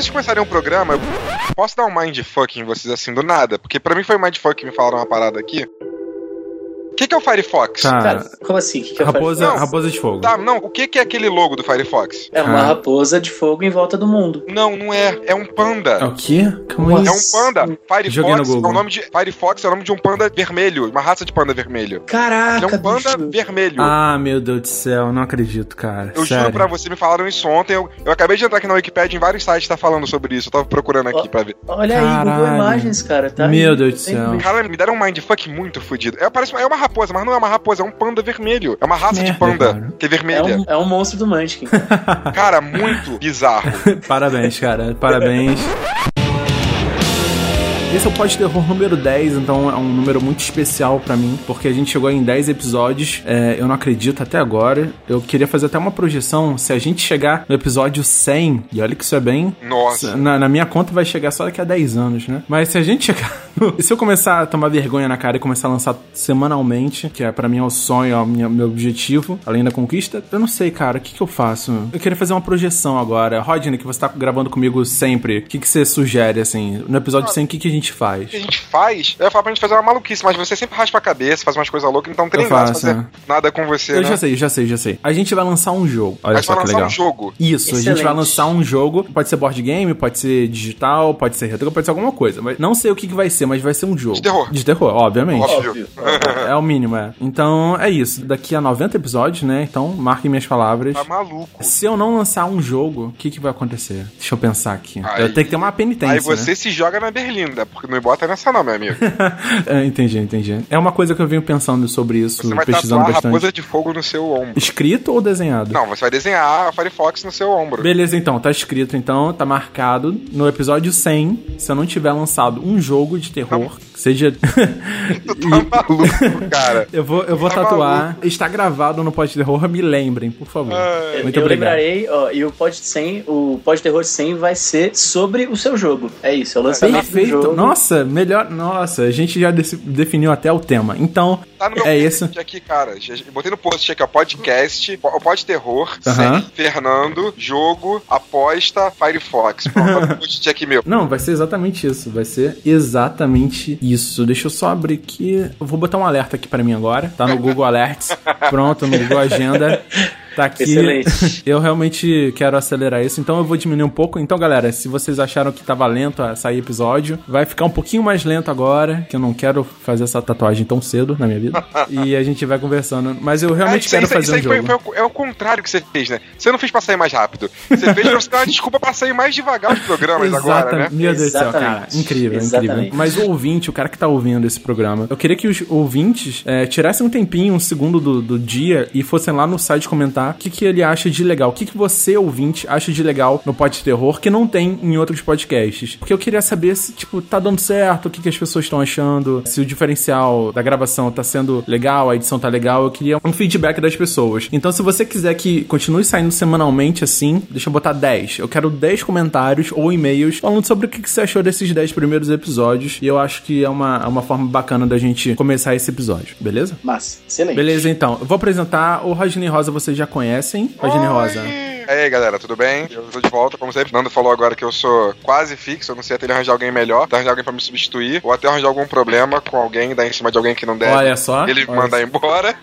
vocês começarem um programa, eu posso dar um mindfuck em vocês assim do nada? Porque pra mim foi um mindfuck que me falaram uma parada aqui. O que é o Firefox? Tá. Cara, como assim? O que é o Firefox? Raposa de fogo. Tá, não, o que é aquele logo do Firefox? É uma raposa de fogo em volta do mundo. Não é. É um panda. É o quê? Calma aí. É um panda. Joguei no Firefox é Google. o nome de Firefox é o nome de um panda vermelho, uma raça de panda vermelho. Caraca, Ele é um panda bicho. vermelho. Ah, meu Deus do céu, não acredito, cara. Eu Sério. juro pra você, me falaram isso ontem. Eu acabei de entrar aqui na Wikipedia, em vários sites tá falando sobre isso. Eu tava procurando aqui pra ver. Olha aí, Google Caralho. Imagens, cara. Tá Meu aí. Deus do céu. Cara, me deram um mindfuck muito fodido. É uma raposa, mas não é uma raposa, é um panda vermelho. É uma raça de Merda, panda cara. que é vermelha. É um monstro do Munchkin. Cara, muito bizarro. Parabéns, cara. Parabéns. Esse é o Pod Terror número 10, então é um número muito especial pra mim, porque a gente chegou em 10 episódios, eu não acredito até agora. Eu queria fazer até uma projeção, se a gente chegar no episódio 100, e olha que isso é bem... Nossa. Na minha conta vai chegar só daqui a 10 anos, né? Mas se a gente chegar... Se eu começar a tomar vergonha na cara e começar a lançar semanalmente, que pra mim é o sonho, é o meu objetivo, além da conquista, eu não sei, cara, o que eu faço? Eu queria fazer uma projeção agora. Rodney, que você tá gravando comigo sempre, o que você sugere, assim? No episódio 100, o que a gente faz? O que a gente faz? Eu ia falar pra gente fazer uma maluquice, mas você sempre raspa a cabeça, faz umas coisas loucas, então não tem nem graça fazer nada com você, Eu né? já sei. A gente vai lançar um jogo. Olha Mas só vai que lançar legal. um jogo. Isso, Excelente. a gente vai lançar um jogo. Pode ser board game, pode ser digital, pode ser retro, pode ser alguma coisa. Mas não sei o que vai ser, mas vai ser um jogo. De terror. De terror, obviamente. Óbvio. É o mínimo, é. Então, é isso. Daqui a 90 episódios, né? Então, marquem minhas palavras. Tá maluco. Se eu não lançar um jogo, o que vai acontecer? Deixa eu pensar aqui. Aí- Eu tenho que ter uma penitência, Aí você né? se joga na berlinda, porque não me bota nessa não, meu amigo. Entendi. É uma coisa que eu venho pensando sobre isso, Você vai pesquisando tatuar a bastante. raposa de fogo no seu ombro. Escrito ou desenhado? Não, você vai desenhar a Firefox no seu ombro. Beleza, então, tá escrito, então, tá marcado no episódio 100, se eu não tiver lançado um jogo de terror, seja... Tu tá maluco, cara. eu vou Tá tatuar, maluco. está gravado no Pod Terror, me lembrem, por favor. Muito eu obrigado. lembrarei, ó, e o Pod Terror 100 vai ser sobre o seu jogo. É isso, é o lançamento do Perfeito, jogo. nossa, melhor, nossa, a gente já definiu até o tema, então, Tá no meu é post isso. aqui, cara. Botei no post aqui, ó, podcast, o Pod Terror, Aham. Fernando, jogo, aposta, Firefox. Pronto, tá no post aqui meu. Não, vai ser exatamente isso. Vai ser exatamente isso. Deixa eu só abrir aqui. Eu vou botar um alerta aqui pra mim agora. Tá no Google Alerts. Pronto, no Google Agenda. Tá aqui. Excelente. Eu realmente quero acelerar isso, então eu vou diminuir um pouco. Então, galera, se vocês acharam que tava lento a sair episódio, vai ficar um pouquinho mais lento agora, que eu não quero fazer essa tatuagem tão cedo na minha vida. E a gente vai conversando. Mas eu realmente quero fazer um jogo. É o contrário que você fez, né? Você não fez pra sair mais rápido. Você fez pra você dar uma desculpa pra sair mais devagar os programas agora, né? Meu Deus do céu, cara. Exatamente. Incrível, Exatamente. incrível. Mas o ouvinte, o cara que tá ouvindo esse programa, eu queria que os ouvintes tirassem um tempinho, um segundo do dia e fossem lá no site comentar o que ele acha de legal. O que você, ouvinte, acha de legal no Pod Terror que não tem em outros podcasts. Porque eu queria saber se, tipo, tá dando certo, o que as pessoas estão achando, se o diferencial da gravação tá sendo legal, a edição tá legal. Eu queria um feedback das pessoas. Então, se você quiser que continue saindo semanalmente assim, deixa eu botar 10. Eu quero 10 comentários ou e-mails falando sobre o que você achou desses 10 primeiros episódios. E eu acho que é uma forma bacana da gente começar esse episódio, beleza? Massa, excelente. Beleza, então. Eu vou apresentar o Rodney Rosa, vocês já conhecem. Rodney Rosa. E aí, galera, tudo bem? Eu tô de volta, como sempre. Nando falou agora que eu sou quase fixo, eu não sei até ele arranjar alguém melhor, até arranjar alguém pra me substituir, ou até arranjar algum problema com alguém, dar em cima de alguém que não deve. Olha só. Ele Olha mandar só. embora.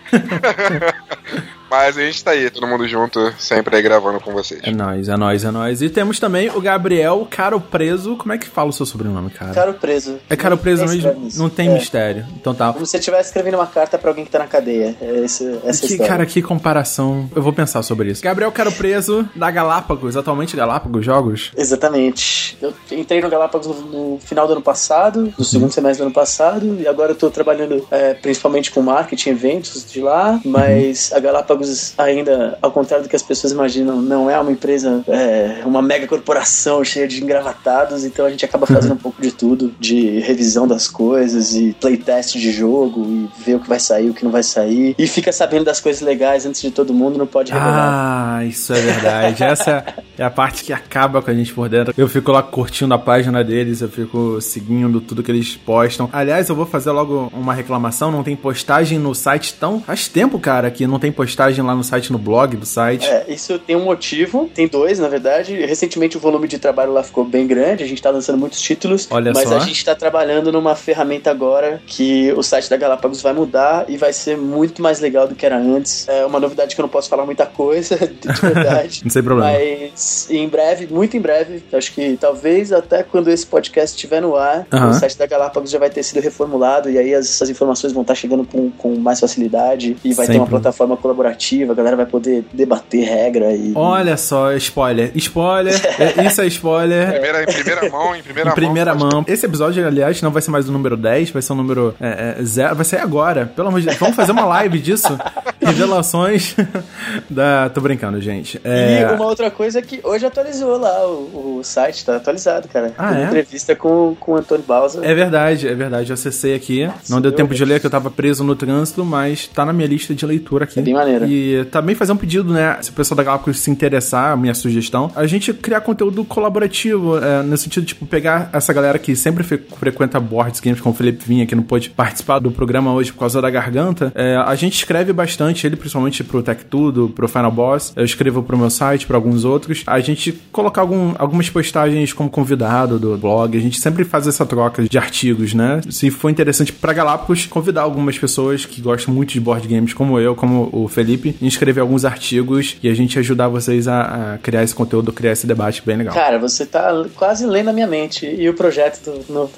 Mas a gente tá aí, todo mundo junto, sempre aí gravando com vocês. É nóis. E temos também o Gabriel Caro Preso. Como é que fala o seu sobrenome, cara? Caro Preso. É Caro Preso Não tem mesmo? mistério. Não tem mistério. Então tá. Como se você estivesse escrevendo uma carta pra alguém que tá na cadeia. Essa história. Cara, que comparação. Eu vou pensar sobre isso. Gabriel Caro Preso, da Galápagos. Atualmente Galápagos Jogos. Exatamente. Eu entrei no Galápagos no final do ano passado, no segundo semestre do ano passado, e agora eu tô trabalhando principalmente com marketing, eventos de lá, mas a Galápagos ainda, ao contrário do que as pessoas imaginam, não é uma empresa, uma mega corporação cheia de engravatados, então a gente acaba fazendo um pouco de tudo, de revisão das coisas e playtest de jogo, e ver o que vai sair, o que não vai sair, e fica sabendo das coisas legais antes de todo mundo, não pode revelar. Ah, isso é verdade. Essa é a parte que acaba com a gente por dentro. Eu fico lá curtindo a página deles, eu fico seguindo tudo que eles postam. Aliás, eu vou fazer logo uma reclamação, não tem postagem no site tão... Faz tempo, cara, que não tem postagem postagem lá no site, no blog do site. Isso tem um motivo, tem 2, na verdade. Recentemente o volume de trabalho lá ficou bem grande, a gente tá lançando muitos títulos, mas a gente tá trabalhando numa ferramenta agora que o site da Galápagos vai mudar e vai ser muito mais legal do que era antes. É uma novidade que eu não posso falar muita coisa, de verdade. Não tem problema. Mas em breve, muito em breve, acho que talvez até quando esse podcast estiver no ar, o site da Galápagos já vai ter sido reformulado e aí essas informações vão estar chegando com mais facilidade e vai ter uma plataforma colaborativa, a galera vai poder debater regra e... Olha só, spoiler. Isso é spoiler. Em primeira mão. Esse episódio, aliás, não vai ser mais o número 10, vai ser o número 0, vai sair agora. Pelo amor de Deus, vamos fazer uma live disso? Revelações Tô brincando, gente. E uma outra coisa é que hoje atualizou lá, o site tá atualizado, cara. Tem entrevista com o Antônio Bausa. É verdade. Eu acessei aqui. Não deu tempo de ler, que eu tava preso no trânsito, mas tá na minha lista de leitura aqui. É bem maneiro. E também fazer um pedido, né? Se o pessoal da Galápagos se interessar, a minha sugestão, a gente criar conteúdo colaborativo, no sentido, tipo, pegar essa galera que sempre frequenta boards games, como o Felipe Vinha, que não pôde participar do programa hoje por causa da garganta. A gente escreve bastante, ele principalmente pro Tech Tudo, pro Final Boss. Eu escrevo pro meu site, pra alguns outros. A gente colocar algumas postagens como convidado do blog. A gente sempre faz essa troca de artigos, né? Se for interessante pra Galápagos, convidar algumas pessoas que gostam muito de board games, como eu, como o Felipe, e escrever alguns artigos e a gente ajudar vocês a criar esse conteúdo, criar esse debate bem legal. Cara, você tá quase lendo a minha mente. E o projeto do novo...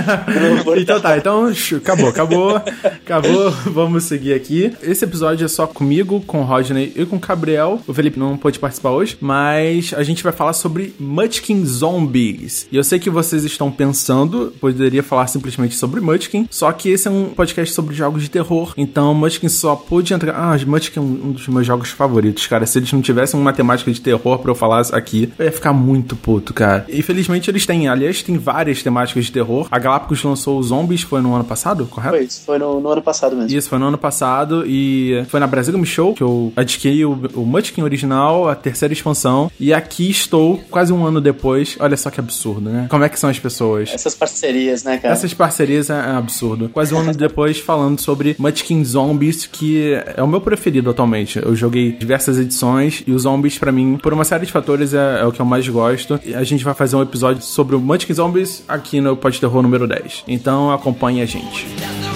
Então tá, acabou. Vamos seguir aqui. Esse episódio é só comigo, com o Rodney e com o Gabriel. O Felipe não pôde participar hoje, mas a gente vai falar sobre Munchkin Zombies. E eu sei que vocês estão pensando, poderia falar simplesmente sobre Munchkin, só que esse é um podcast sobre jogos de terror, então Munchkin só pôde entrar... Munchkin é um dos meus jogos favoritos, cara. Se eles não tivessem uma temática de terror pra eu falar aqui, eu ia ficar muito puto, cara. E felizmente eles têm, aliás, tem várias temáticas de terror. A Galápagos lançou os Zombies, foi no ano passado, correto? Foi no ano passado mesmo. Isso, foi no ano passado e foi na Brasil Game Show que eu adquiri o Munchkin original, a terceira expansão, e aqui estou quase um ano depois. Olha só que absurdo, né? Como é que são as pessoas? Essas parcerias, né, cara? Essas parcerias é absurdo. Quase um ano depois falando sobre Munchkin Zombies, que é o meu preferido atualmente. Eu joguei diversas edições e os Zombies, pra mim, por uma série de fatores, é o que eu mais gosto. E a gente vai fazer um episódio sobre o Munchkin Zombies aqui no Pod Terror número 10. Então acompanhe a gente.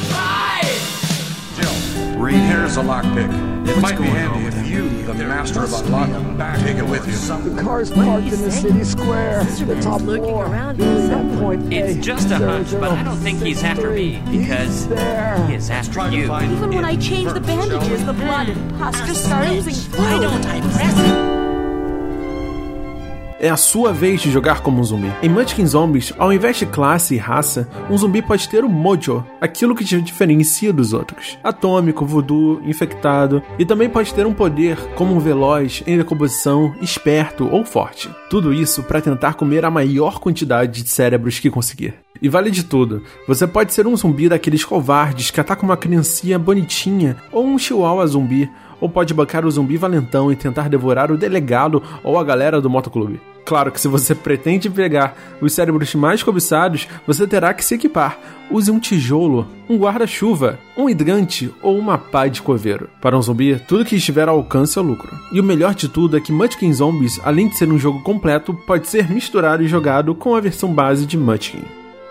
Reed, here's a lockpick. It might be handy if you, the master of unlocking, take it with you. The car's parked in the city square. The top floor. It's just a hunch, but I don't think he's after me, because he is after you. Even when I change the bandages, the blood and pus just start oozing. Why don't I press it? É a sua vez de jogar como um zumbi. Em Munchkin Zombies, ao invés de classe e raça, um zumbi pode ter o mojo, aquilo que te diferencia dos outros. Atômico, voodoo, infectado, e também pode ter um poder como um veloz, em decomposição, esperto ou forte. Tudo isso para tentar comer a maior quantidade de cérebros que conseguir. E vale de tudo, você pode ser um zumbi daqueles covardes que atacam uma criancinha bonitinha, ou um chihuahua zumbi, ou pode bancar o zumbi valentão e tentar devorar o delegado ou a galera do motoclube. Claro que se você pretende pegar os cérebros mais cobiçados, você terá que se equipar. Use um tijolo, um guarda-chuva, um hidrante ou uma pá de coveiro. Para um zumbi, tudo que estiver ao alcance é lucro. E o melhor de tudo é que Munchkin Zombies, além de ser um jogo completo, pode ser misturado e jogado com a versão base de Munchkin.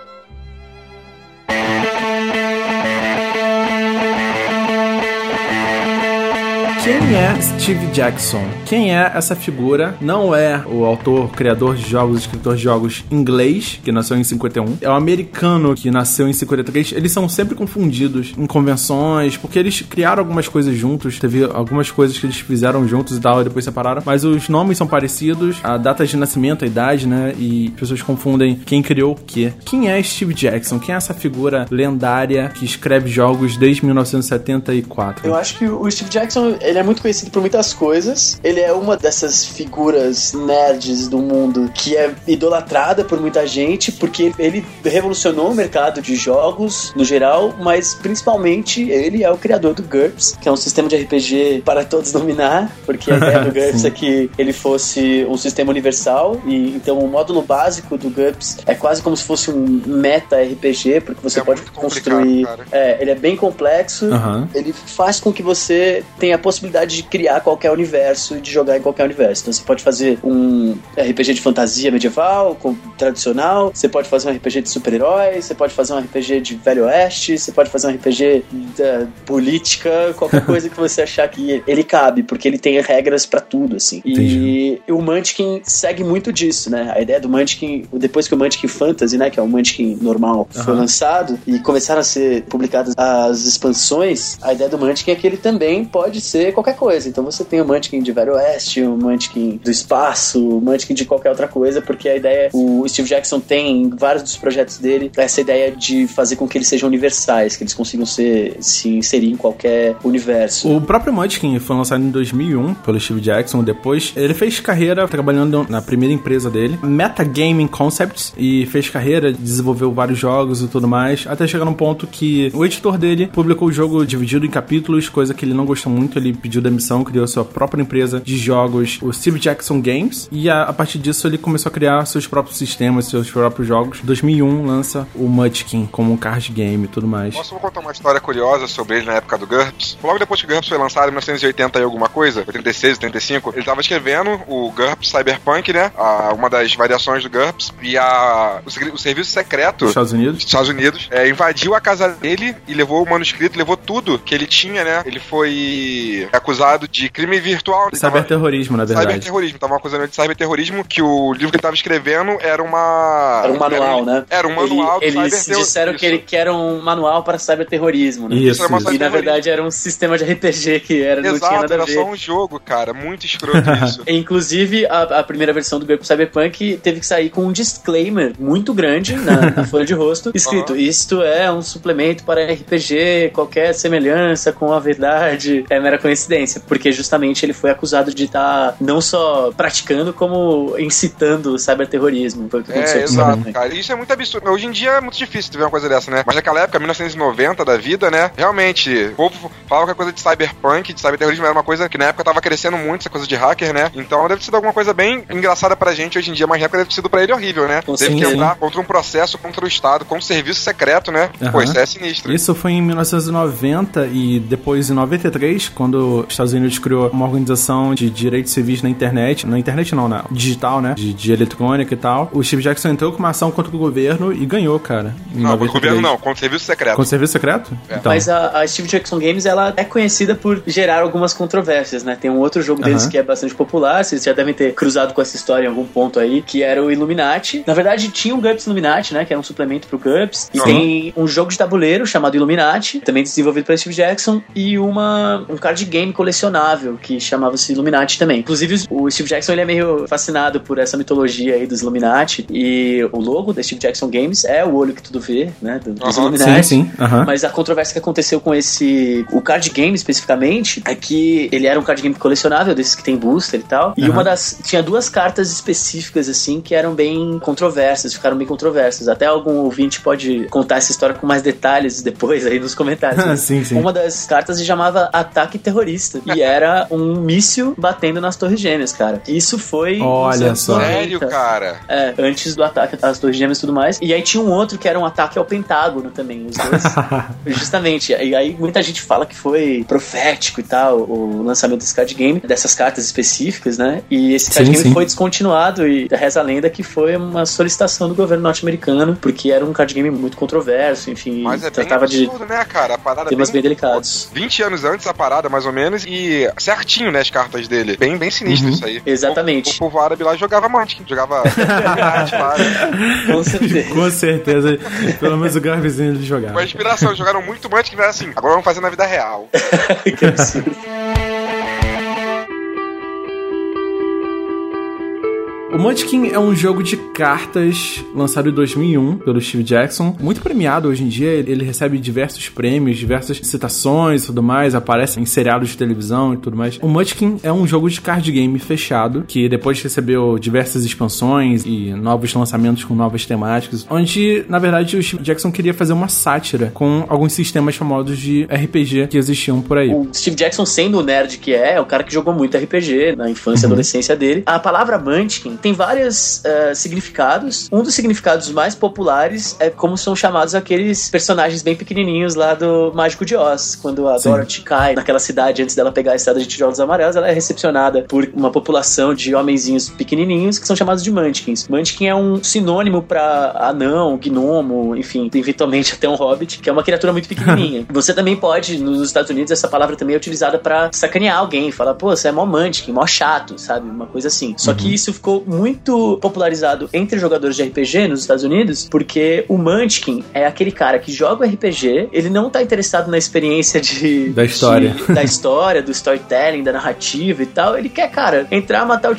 Quem é Steve Jackson? Quem é essa figura? Não é o autor, criador de jogos, escritor de jogos inglês, que nasceu em 51. É o americano, que nasceu em 53. Eles são sempre confundidos em convenções, porque eles criaram algumas coisas juntos. Teve algumas coisas que eles fizeram juntos e tal, e depois separaram. Mas os nomes são parecidos, a data de nascimento, a idade, né? E as pessoas confundem quem criou o quê. Quem é Steve Jackson? Quem é essa figura lendária que escreve jogos desde 1974? Eu acho que o Steve Jackson, ele é muito conhecido por muitas coisas. Ele é uma dessas figuras nerds do mundo que é idolatrada por muita gente, porque ele revolucionou o mercado de jogos no geral, mas principalmente ele é o criador do GURPS, que é um sistema de RPG para todos dominar, porque a ideia do GURPS é que ele fosse um sistema universal, e então o módulo básico do GURPS é quase como se fosse um meta RPG, porque você pode construir... ele é bem complexo, ele faz com que você tenha a possibilidade possibilidade de criar qualquer universo e de jogar em qualquer universo. Então você pode fazer um RPG de fantasia medieval, tradicional, você pode fazer um RPG de super-heróis, você pode fazer um RPG de Velho Oeste, você pode fazer um RPG da política, qualquer coisa que você achar que ele cabe, porque ele tem regras pra tudo, assim. E o Munchkin segue muito disso, né? A ideia do Munchkin, depois que o Munchkin Fantasy, né, que é o Munchkin normal, foi lançado e começaram a ser publicadas as expansões, a ideia do Munchkin é que ele também pode ser qualquer coisa. Então você tem o Munchkin de Velho Oeste, o Munchkin do espaço, o Munchkin de qualquer outra coisa, porque a ideia, o Steve Jackson tem em vários dos projetos dele essa ideia de fazer com que eles sejam universais, que eles consigam se inserir em qualquer universo. O próprio Munchkin foi lançado em 2001 pelo Steve Jackson. Depois ele fez carreira trabalhando na primeira empresa dele, Metagaming Concepts, e fez carreira, desenvolveu vários jogos e tudo mais, até chegar num ponto que o editor dele publicou o jogo dividido em capítulos, coisa que ele não gostou muito. Ele pediu demissão, criou sua própria empresa de jogos, o Steve Jackson Games, e a partir disso ele começou a criar seus próprios sistemas, seus próprios jogos. Em 2001 lança o Munchkin como um card game e tudo mais. Posso contar uma história curiosa sobre ele na época do GURPS? Logo depois que o GURPS foi lançado, em 1980 e alguma coisa, 86, 85, ele estava escrevendo o GURPS Cyberpunk, né? Uma das variações do GURPS, e o serviço secreto dos Estados Unidos invadiu a casa dele e levou o manuscrito, levou tudo que ele tinha, né? Ele foi acusado de crime virtual. Cyberterrorismo, na verdade. Cyberterrorismo. Estavam acusando ele de cyberterrorismo, que o livro que ele estava escrevendo era um manual, né? Era um manual do Eles disseram que era um manual para cyberterrorismo, né? Isso. E na verdade era um sistema de RPG que não tinha nada a ver. Era só um jogo, cara. Muito escroto isso. Inclusive, a primeira versão do GURPS Cyberpunk teve que sair com um disclaimer muito grande na folha de rosto, escrito: isto é um suplemento para RPG, qualquer semelhança com a verdade é mera coincidência, porque justamente ele foi acusado de estar não só praticando, como incitando o cyberterrorismo. Foi o que aconteceu com exato, cara. Isso é muito absurdo. Hoje em dia é muito difícil ver uma coisa dessa, né? Mas naquela época, 1990 da vida, né? Realmente, o povo falava que a coisa de cyberpunk, de cyberterrorismo era uma coisa que na época tava crescendo muito, essa coisa de hacker, né? Então deve ter sido alguma coisa bem engraçada pra gente hoje em dia, mas na época deve ter sido pra ele horrível, né? Teve que entrar contra um processo contra o Estado, com um serviço secreto, né? Pô, isso é sinistro. Isso foi em 1990 e depois em 93, quando os Estados Unidos criou uma organização de direitos civis na internet não, na digital, né? De eletrônica e tal. O Steve Jackson entrou com uma ação contra o governo e ganhou, cara. Não, contra o governo não, contra o serviço secreto. Contra o serviço secreto? Então. Mas a Steve Jackson Games, ela é conhecida por gerar algumas controvérsias, né? Tem um outro jogo deles que é bastante popular, vocês já devem ter cruzado com essa história em algum ponto aí, que era o Illuminati. Na verdade, tinha um GURPS Illuminati, né? Que era um suplemento pro GURPS. E tem um jogo de tabuleiro chamado Illuminati, também desenvolvido pelo Steve Jackson, e um card game colecionável que chamava-se Illuminati também. Inclusive, o Steve Jackson, ele é meio fascinado por essa mitologia aí dos Illuminati, e o logo da Steve Jackson Games é o olho que tudo vê, né? Dos Illuminati. Sim. Mas a controvérsia que aconteceu com o card game especificamente é que ele era um card game colecionável, desses que tem booster e tal, e tinha duas cartas específicas assim que eram bem controversas, ficaram bem controversas. Até algum ouvinte pode contar essa história com mais detalhes depois aí nos comentários. Sim. Uma das cartas se chamava Ataque Terrorista e era um míssil batendo nas Torres Gêmeas, cara. Isso foi... Olha só. Sério, cara? Antes do ataque às Torres Gêmeas e tudo mais. E aí tinha um outro que era um ataque ao Pentágono também, os dois. Justamente. E aí muita gente fala que foi profético e tal, o lançamento desse card game, dessas cartas específicas, né? E esse card game foi descontinuado e reza a lenda que foi uma solicitação do governo norte-americano, porque era um card game muito controverso, enfim. Mas é tratava bem absurdo, né, cara? A parada temas bem delicados. 20 anos antes a parada, mais ou menos, e certinho, né, as cartas dele. Bem sinistro isso aí. Exatamente. O povo árabe lá jogava Munchkin, jogava... Com certeza. Com certeza. Pelo menos o Garbizinho ele jogava. Foi a inspiração, jogaram muito Munchkin, era assim, agora vamos fazer na vida real. Que absurdo. O Munchkin é um jogo de cartas lançado em 2001 pelo Steve Jackson, muito premiado hoje em dia. Ele recebe diversos prêmios, diversas citações e tudo mais, aparece em seriados de televisão e tudo mais. O Munchkin é um jogo de card game fechado, que depois recebeu diversas expansões e novos lançamentos com novas temáticas, onde, na verdade, o Steve Jackson queria fazer uma sátira com alguns sistemas famosos de RPG que existiam por aí. O Steve Jackson, sendo o nerd que é o cara que jogou muito RPG na infância e adolescência dele. A palavra Munchkin tem vários significados. Um dos significados mais populares é como são chamados aqueles personagens bem pequenininhos lá do Mágico de Oz. Quando a Dorothy cai naquela cidade antes dela pegar a estrada de tijolos amarelos, ela é recepcionada por uma população de homenzinhos pequenininhos que são chamados de Munchkins. Munchkin é um sinônimo pra anão, gnomo, enfim, eventualmente até um hobbit, que é uma criatura muito pequenininha. Você também pode, nos Estados Unidos, essa palavra também é utilizada pra sacanear alguém, falar, pô, você é mó Munchkin, mó chato, sabe? Uma coisa assim. Só que isso ficou muito popularizado entre jogadores de RPG nos Estados Unidos, porque o Munchkin é aquele cara que joga o RPG, ele não tá interessado na experiência da história, do storytelling, da narrativa e tal. Ele quer, cara, entrar, matar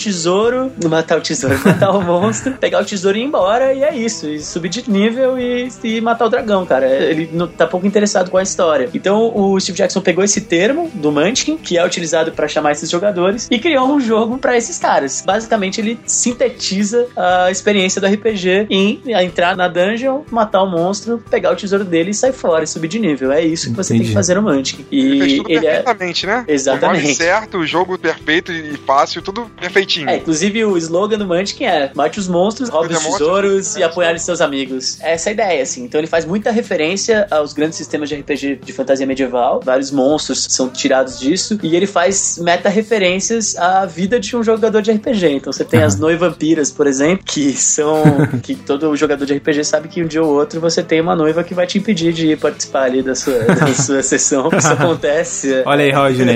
o monstro, pegar o tesouro e ir embora, e é isso. E subir de nível e matar o dragão, cara. Ele não tá pouco interessado com a história. Então, o Steve Jackson pegou esse termo do Munchkin, que é utilizado pra chamar esses jogadores, e criou um jogo pra esses caras. Basicamente, ele sintetiza a experiência do RPG em entrar na dungeon, matar o monstro, pegar o tesouro dele e sair fora, e subir de nível. É isso que você tem que fazer no Munchkin. E ele fez tudo perfeitamente, né? Exatamente. O modo certo, o jogo perfeito e fácil, tudo perfeitinho. Inclusive o slogan do Munchkin é: mate os monstros, roube os tesouros e apoiar seus amigos. Essa é a ideia, assim. Então ele faz muita referência aos grandes sistemas de RPG de fantasia medieval. Vários monstros são tirados disso. E ele faz meta-referências à vida de um jogador de RPG. Então você tem as Noivampiras, por exemplo, que são... que todo jogador de RPG sabe que um dia ou outro você tem uma noiva que vai te impedir de participar ali da sua sessão. Isso acontece. Olha aí, Rodney.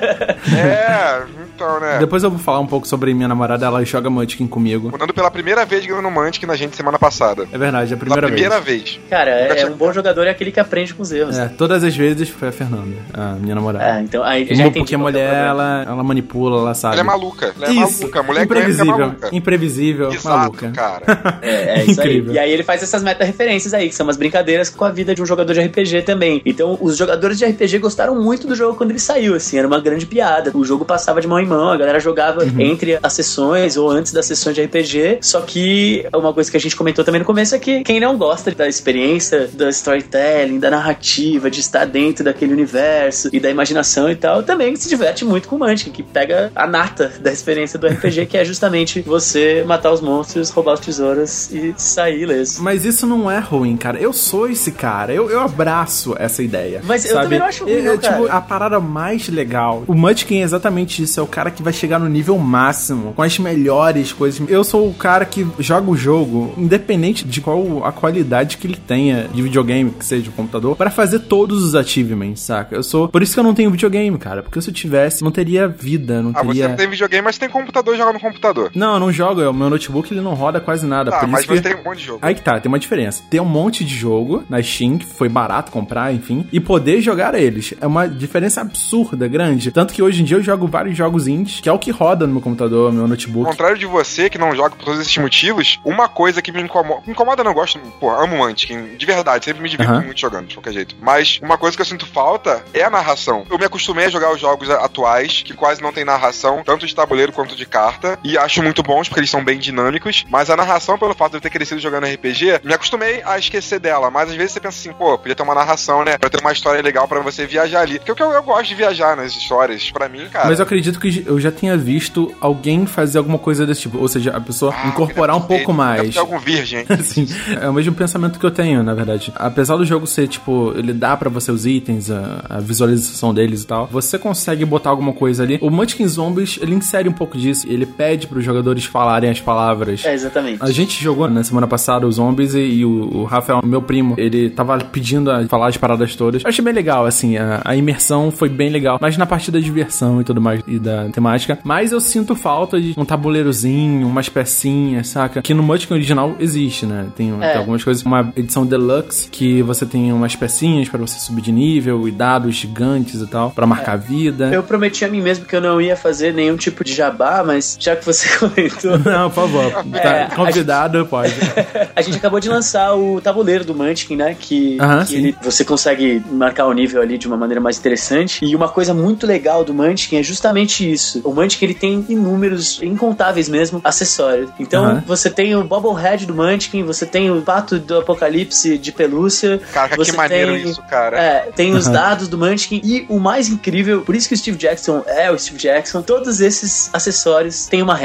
Então, né? Depois eu vou falar um pouco sobre minha namorada, ela joga Munchkin comigo. Mandando pela primeira vez ganhando Munchkin na gente semana passada. É verdade, é a primeira vez. Cara, um bom jogador é aquele que aprende com os erros. Todas as vezes foi a Fernanda, a minha namorada. Então aí já entendi. Porque a mulher, ela manipula, ela sabe. Ela é maluca. Ela é isso, maluca. A mulher imprevisível, é maluca. Imprevisível, exato, maluca. Cara. É isso aí. E aí ele faz essas meta-referências aí, que são umas brincadeiras com a vida de um jogador de RPG também. Então, os jogadores de RPG gostaram muito do jogo quando ele saiu, assim, era uma grande piada. O jogo passava de mão em mão, a galera jogava entre as sessões ou antes das sessões de RPG, só que uma coisa que a gente comentou também no começo é que quem não gosta da experiência, do storytelling, da narrativa, de estar dentro daquele universo e da imaginação e tal, também se diverte muito com o Munchkin, que pega a nata da experiência do RPG, que é justamente você matar os monstros, roubar os tesouros e sair ileso. Mas isso não é ruim, cara. Eu sou esse cara. Eu abraço essa ideia. Mas sabe? Eu também não acho ruim, não, cara. Tipo, a parada mais legal. O Munchkin é exatamente isso. É o cara que vai chegar no nível máximo, com as melhores coisas. Eu sou o cara que joga o jogo, independente de qual a qualidade que ele tenha de videogame, que seja de computador, para fazer todos os achievements, saca? Por isso que eu não tenho videogame, cara. Porque se eu tivesse, não teria vida, não teria... você não tem videogame, mas tem computador e joga no computador. Não, eu não jogo. O meu notebook, ele não roda quase nada. Por mas isso você tem um monte de jogo. Aí que tá, tem uma diferença. Tem um monte de jogo na Steam, que foi barato comprar, enfim, e poder jogar eles. É uma diferença absurda, grande. Tanto que hoje em dia eu jogo vários jogos indies, que é o que roda no meu computador, no meu notebook. Ao contrário de você, que não joga por todos esses motivos, uma coisa que me incomoda, não gosto, amo Munchkin, de verdade, sempre me divirto muito jogando, de qualquer jeito. Mas uma coisa que eu sinto falta é a narração. Eu me acostumei a jogar os jogos atuais, que quase não tem narração, tanto de tabuleiro quanto de carta, e acho muito bons, porque eles são bem dinâmicos, mas a narração, pelo fato de eu ter crescido jogando RPG, me acostumei a esquecer dela, mas às vezes você pensa assim, podia ter uma narração, né, pra ter uma história legal pra você viajar ali. Porque eu gosto de viajar nas histórias, pra mim, cara. Mas eu acredito que eu já tenha visto alguém fazer alguma coisa desse tipo, ou seja, a pessoa incorporar um pouco mais. Deve ter algum virgem. Sim, é o mesmo pensamento que eu tenho, na verdade. Apesar do jogo ser, tipo, ele dá pra você os itens, a visualização deles e tal, você consegue botar alguma coisa ali. O Munchkin Zombies, ele insere um pouco disso, ele pede pros jogadores falarem as palavras. Exatamente. A gente jogou na semana passada os Zombies e o Rafael, meu primo, ele tava pedindo a falar as paradas todas. Eu achei bem legal, assim, a imersão foi bem legal, mas na parte da diversão e tudo mais, e da temática. Mas eu sinto falta de um tabuleirozinho, umas pecinhas, saca? Que no Munchkin original existe, né? Tem algumas coisas, uma edição deluxe, que você tem umas pecinhas pra você subir de nível e dados gigantes e tal, pra marcar a vida. Eu prometi a mim mesmo que eu não ia fazer nenhum tipo de jabá, mas já que você comentou... Não, por favor. Tá convidado, pode. A gente acabou de lançar o tabuleiro do Munchkin, né? Que você consegue marcar o nível ali de uma maneira mais interessante. E uma coisa muito legal do Munchkin é justamente isso. O Munchkin, ele tem inúmeros, incontáveis mesmo, acessórios. Então, você tem o Bobblehead do Munchkin, você tem o Pato do Apocalipse de pelúcia. Caraca, que maneiro isso, cara. Tem os dados do Munchkin. E o mais incrível, por isso que o Steve Jackson é o Steve Jackson, todos esses acessórios têm uma regra. Então,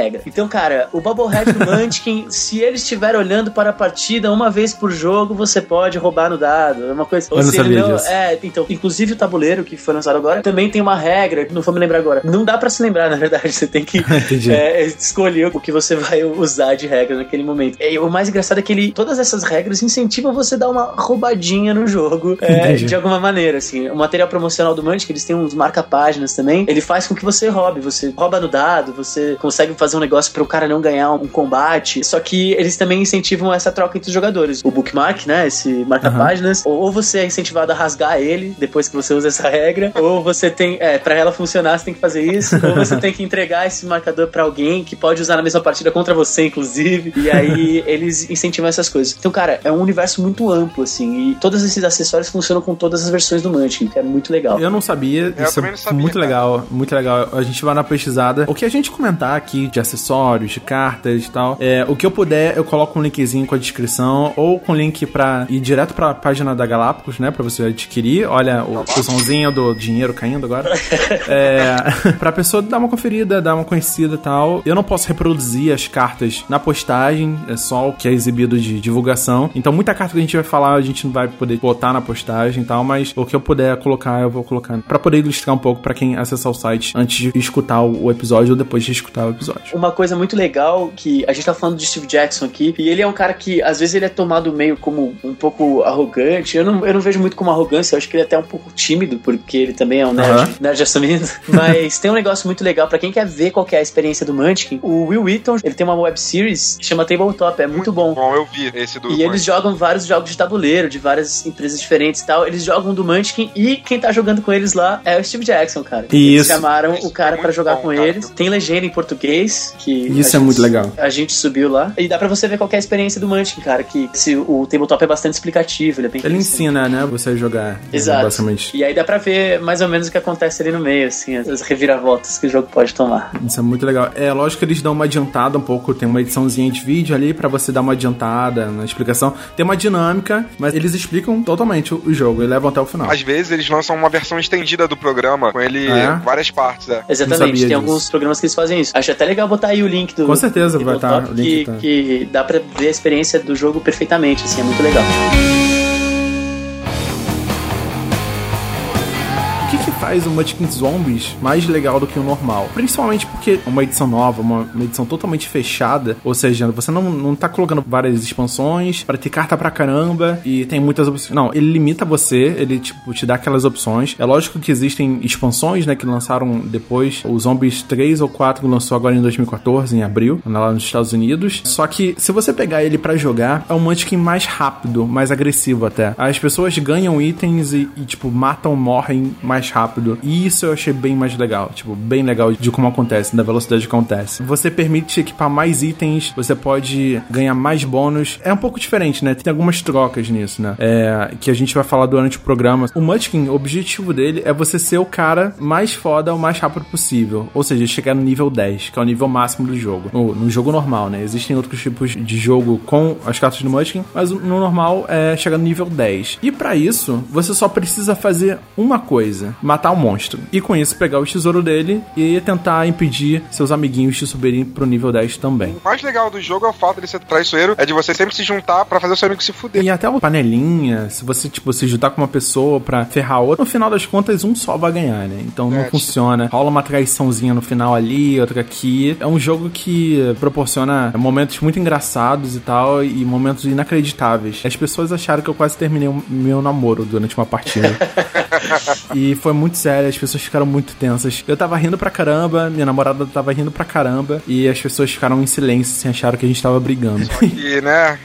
cara, o Bubblehead do Munchkin, se ele estiver olhando para a partida uma vez por jogo, você pode roubar no dado. É uma coisa. Eu não sabia disso. Então, inclusive o tabuleiro que foi lançado agora também tem uma regra, não vou me lembrar agora. Não dá pra se lembrar, na verdade. Você tem que escolher o que você vai usar de regra naquele momento. E o mais engraçado é que todas essas regras incentivam você a dar uma roubadinha no jogo, de alguma maneira, assim. O material promocional do Munchkin, eles têm uns marca-páginas também. Ele faz com que você roube. Você rouba no dado, você consegue fazer um negócio para o cara não ganhar um combate. Só que eles também incentivam essa troca entre os jogadores. O bookmark, né? Esse marca-páginas. Ou você é incentivado a rasgar ele depois que você usa essa regra, ou você tem... pra ela funcionar, você tem que fazer isso. Ou você tem que entregar esse marcador pra alguém que pode usar na mesma partida contra você, inclusive. E aí eles incentivam essas coisas. Então, cara, é um universo muito amplo, assim. E todos esses acessórios funcionam com todas as versões do Munchkin, que é muito legal. Eu não sabia. Isso é muito legal. Muito legal. A gente vai na pesquisada. O que a gente comentar aqui de acessórios, de cartas e tal, o que eu puder, eu coloco um linkzinho com a descrição ou com link pra ir direto pra página da Galápagos, né? Pra você adquirir. Olha o somzinho do dinheiro caindo agora. Pra pessoa dar uma conferida, dar uma conhecida e tal. Eu não posso reproduzir as cartas na postagem, é só o que é exibido de divulgação. Então, muita carta que a gente vai falar, a gente não vai poder botar na postagem e tal, mas o que eu puder colocar, eu vou colocar pra poder ilustrar um pouco pra quem acessar o site antes de escutar o episódio ou depois de escutar o episódio. Uma coisa muito legal que a gente tá falando de Steve Jackson aqui, e ele é um cara que às vezes ele é tomado meio como um pouco arrogante. Eu não vejo muito como arrogância, eu acho que ele é até um pouco tímido, porque ele também é um nerd assumido. Mas tem um negócio muito legal pra quem quer ver qual que é a experiência do Munchkin. O Will Wheaton, ele tem uma web series que chama Tabletop, é muito bom. Eu vi esse do... E eles jogam vários jogos de tabuleiro, de várias empresas diferentes e tal. Eles jogam do Munchkin e quem tá jogando com eles lá é o Steve Jackson, cara. Eles chamaram o cara pra jogar com eles. Tem legenda em português, que isso é muito legal. A gente subiu lá. E dá pra você ver qual que é a experiência do Munchkin, cara, que o Tabletop é bastante explicativo, ele é bem Ele ensina, né, você a jogar. Exato. Basicamente. E aí dá pra ver mais ou menos o que acontece ali no meio, assim, as reviravoltas que o jogo pode tomar. Isso é muito legal. É lógico que eles dão uma adiantada um pouco, tem uma ediçãozinha de vídeo ali pra você dar uma adiantada na explicação. Tem uma dinâmica, mas eles explicam totalmente o jogo e levam até o final. Às vezes eles lançam uma versão estendida do programa, com ele várias partes, Exatamente, tem alguns programas que eles fazem isso. Acho até legal botar aí o link do... Com certeza vai estar o link. Que dá pra ver a experiência do jogo perfeitamente, assim, é muito legal. O que faz o Munchkin Zombies mais legal do que o normal? Principalmente porque uma edição nova, uma edição totalmente fechada, ou seja, você não tá colocando várias expansões pra ter carta pra caramba e tem muitas opções. Não, ele limita você, ele tipo te dá aquelas opções. É lógico que existem expansões, né, que lançaram depois. O Zombies 3 ou 4 lançou agora em 2014, em abril, lá nos Estados Unidos. Só que se você pegar ele pra jogar, é um Munchkin mais rápido, mais agressivo até. As pessoas ganham itens e tipo, matam, morrem mais rápido. E isso eu achei bem mais legal. Tipo, bem legal de como acontece, da velocidade que acontece. Você permite equipar mais itens, você pode ganhar mais bônus. É um pouco diferente, né? Tem algumas trocas nisso, né? Que a gente vai falar durante o programa. O Munchkin, o objetivo dele é você ser o cara mais foda o mais rápido possível. Ou seja, chegar no nível 10, que é o nível máximo do jogo. No jogo normal, né? Existem outros tipos de jogo com as cartas do Munchkin, mas no normal é chegar no nível 10. E pra isso, você só precisa fazer uma coisa: matar o monstro. E com isso, pegar o tesouro dele e tentar impedir seus amiguinhos de subirem pro nível 10 também. O mais legal do jogo é o fato de ser traiçoeiro, é de você sempre se juntar pra fazer o seu amigo se fuder. E até uma panelinha, se você, tipo, se juntar com uma pessoa pra ferrar outra, no final das contas, um só vai ganhar, né? Então não funciona. Rola uma traiçãozinha no final ali, outra aqui. É um jogo que proporciona momentos muito engraçados e tal, e momentos inacreditáveis. As pessoas acharam que eu quase terminei o meu namoro durante uma partida. E foi muito sério, as pessoas ficaram muito tensas. Eu tava rindo pra caramba, minha namorada tava rindo pra caramba, e as pessoas ficaram em silêncio, assim, acharam que a gente tava brigando. E, né?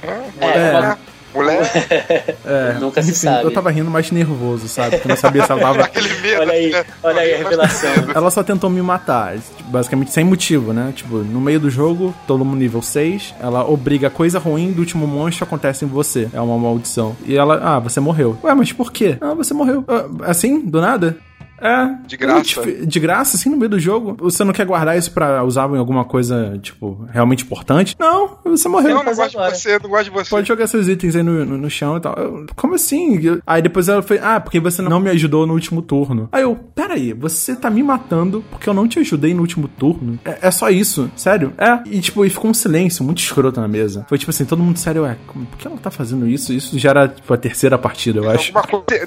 Mulher. Nunca se sabe. Eu tava rindo mais nervoso, sabe? Porque eu não sabia se ela tava... Olha aí a revelação. Ela só tentou me matar, basicamente sem motivo, né? Tipo, no meio do jogo, todo mundo nível 6, ela obriga a coisa ruim do último monstro acontece em você. É uma maldição. E ela, você morreu. Ué, mas por quê? Você morreu. Assim, do nada? De graça. De graça, assim, no meio do jogo. Você não quer guardar isso pra usar em alguma coisa, tipo, realmente importante? Não, você morreu. Não gosto de você, não gosto de você. Pode jogar seus itens aí no chão e tal. Como assim? Aí depois ela foi, porque você não me ajudou no último turno. Aí eu, peraí, você tá me matando porque eu não te ajudei no último turno? É só isso? Sério? E tipo, e ficou um silêncio muito escroto na mesa. Foi tipo assim, todo mundo sério, por que ela tá fazendo isso? Isso já era, tipo, a terceira partida, eu acho.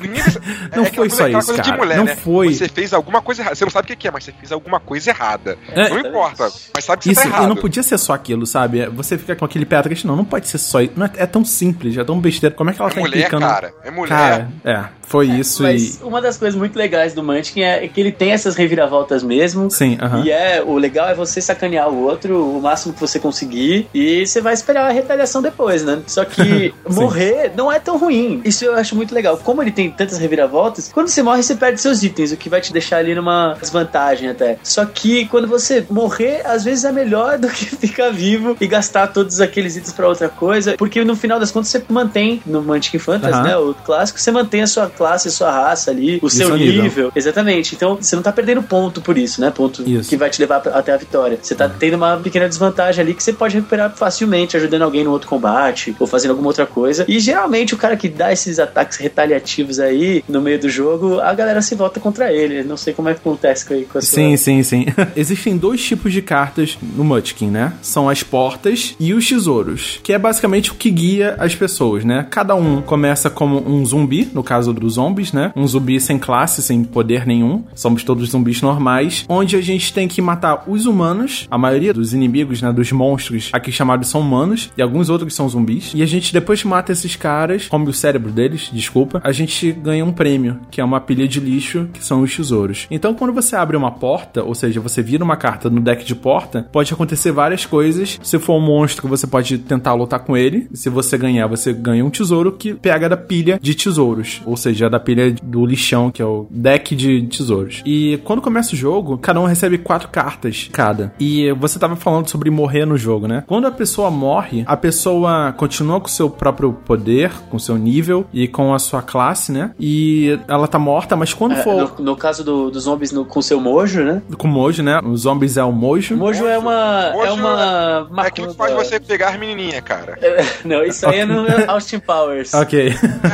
Não foi só isso, cara. Mulher, não né? foi. Você fez alguma coisa errada. Você não sabe o que é, mas você fez alguma coisa errada. Não importa, mas sabe que isso, você tá errado. E não podia ser só aquilo, sabe? Você fica com aquele pé atrás, não pode ser só isso. Não é tão simples, é tão besteira. Como é que ela tá mulher, implicando? Cara, é mulher. Cara, foi isso. Mas uma das coisas muito legais do Munchkin é que ele tem essas reviravoltas mesmo. Sim, E o legal é você sacanear o outro o máximo que você conseguir e você vai esperar a retaliação depois, né? Só que morrer não é tão ruim. Isso eu acho muito legal. Como ele tem tantas reviravoltas, quando você morre, você perde seus itens, o que vai te deixar ali numa desvantagem até. Só que quando você morrer, às vezes é melhor do que ficar vivo e gastar todos aqueles itens pra outra coisa, porque no final das contas você mantém, no Munchkin Fantasy, né, o clássico, você mantém a sua classe, a sua raça ali, o seu nível. Exatamente. Então você não tá perdendo ponto por isso, né? Ponto que vai te levar até a vitória. Você tá tendo uma pequena desvantagem ali que você pode recuperar facilmente, ajudando alguém no outro combate ou fazendo alguma outra coisa. E geralmente o cara que dá esses ataques retaliativos aí no meio do jogo, a galera se volta contra ele. Não sei como é que acontece com a sua... Sim. Existem dois tipos de cartas no Munchkin, né? São as portas e os tesouros, que é basicamente o que guia as pessoas, né? Cada um começa como um zumbi, no caso dos zombies, né? Um zumbi sem classe, sem poder nenhum. Somos todos zumbis normais, onde a gente tem que matar os humanos, a maioria dos inimigos, né? Dos monstros aqui chamados são humanos, e alguns outros são zumbis. E a gente, depois que mata esses caras, come o cérebro deles, desculpa, a gente ganha um prêmio, que é uma pilha de lixo, que são os tesouros. Então, quando você abre uma porta, ou seja, você vira uma carta no deck de porta, pode acontecer várias coisas. Se for um monstro, você pode tentar lutar com ele. Se você ganhar, você ganha um tesouro que pega da pilha de tesouros, ou seja, da pilha do lixão, que é o deck de tesouros. E quando começa o jogo, cada um recebe 4 cartas cada. E você tava falando sobre morrer no jogo, né? Quando a pessoa morre, a pessoa continua com o seu próprio poder, com o seu nível e com a sua classe, né? E ela tá morta, mas quando for... No caso dos zombies com o seu mojo, né? Com o mojo, né? Os zombies é o mojo. Mojo é uma... É aquilo que faz você pegar as menininhas, cara. Não, isso aí é no Austin Powers. Ok.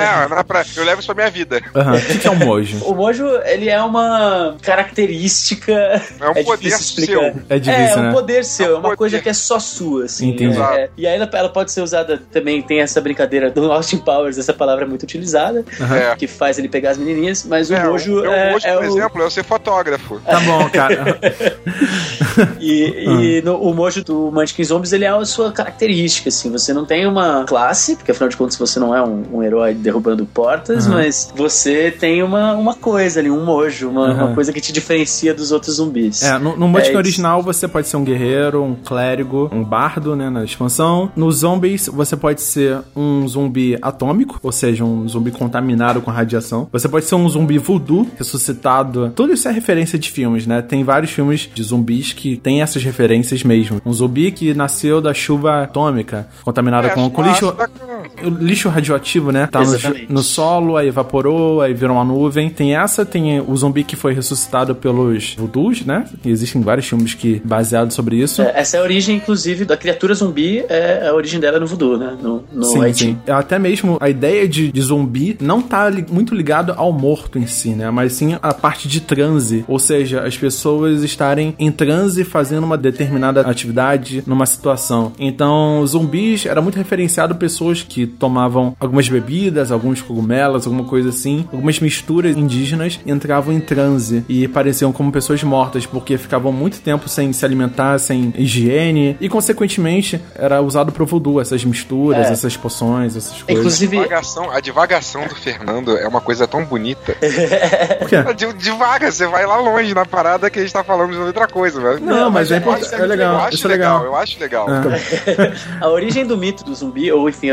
Eu levo isso pra minha vida. O que é um mojo? O mojo, ele é uma característica... É um poder seu. É difícil, né? Um poder seu. É uma coisa que é só sua, assim. Entendi. E aí ela pode ser usada também, tem essa brincadeira do Austin Powers, essa palavra é muito utilizada, que faz ele pegar as menininhas, mas o mojo por exemplo, é eu ser fotógrafo. Tá bom, cara. O mojo do Munchkin Zombies, ele é a sua característica, assim. Você não tem uma classe, porque afinal de contas você não é um herói derrubando portas, mas você tem uma coisa ali, um mojo, uma coisa que te diferencia dos outros zumbis. No Munchkin original você pode ser um guerreiro, um clérigo, um bardo, né, na expansão. Nos zombies você pode ser um zumbi atômico, ou seja, um zumbi contaminado com radiação. Você pode ser um zumbi voodoo, ressuscitado. Tudo isso é referência de filmes, né? Tem vários filmes de zumbis que tem essas referências mesmo. Um zumbi que nasceu da chuva atômica, contaminada com lixo radioativo, né? Tá no solo, aí evaporou, aí virou uma nuvem. Tem o zumbi que foi ressuscitado pelos voodoos, né? Existem vários filmes baseados sobre isso. Essa é a origem, inclusive, da criatura zumbi, a origem dela no voodoo, né? No Haiti. Sim. Até mesmo a ideia de zumbi não tá muito ligado ao morto em si, né? Mas sim a parte de transe, ou seja, as pessoas estarem em transe fazendo uma determinada atividade numa situação. Então, zumbis era muito referenciado pessoas que tomavam algumas bebidas, alguns cogumelos, alguma coisa assim, algumas misturas indígenas, entravam em transe e pareciam como pessoas mortas, porque ficavam muito tempo sem se alimentar, sem higiene, e consequentemente era usado pro voodoo, essas misturas, essas poções, essas coisas. Inclusive, a divagação do Fernando é uma coisa tão bonita. Por quê? Devaga, você vai lá longe na parada que a gente tá falando de outra coisa, velho. Não, mas é importante, é legal. Eu acho legal. A origem do mito do zumbi, ou enfim, a origem dessa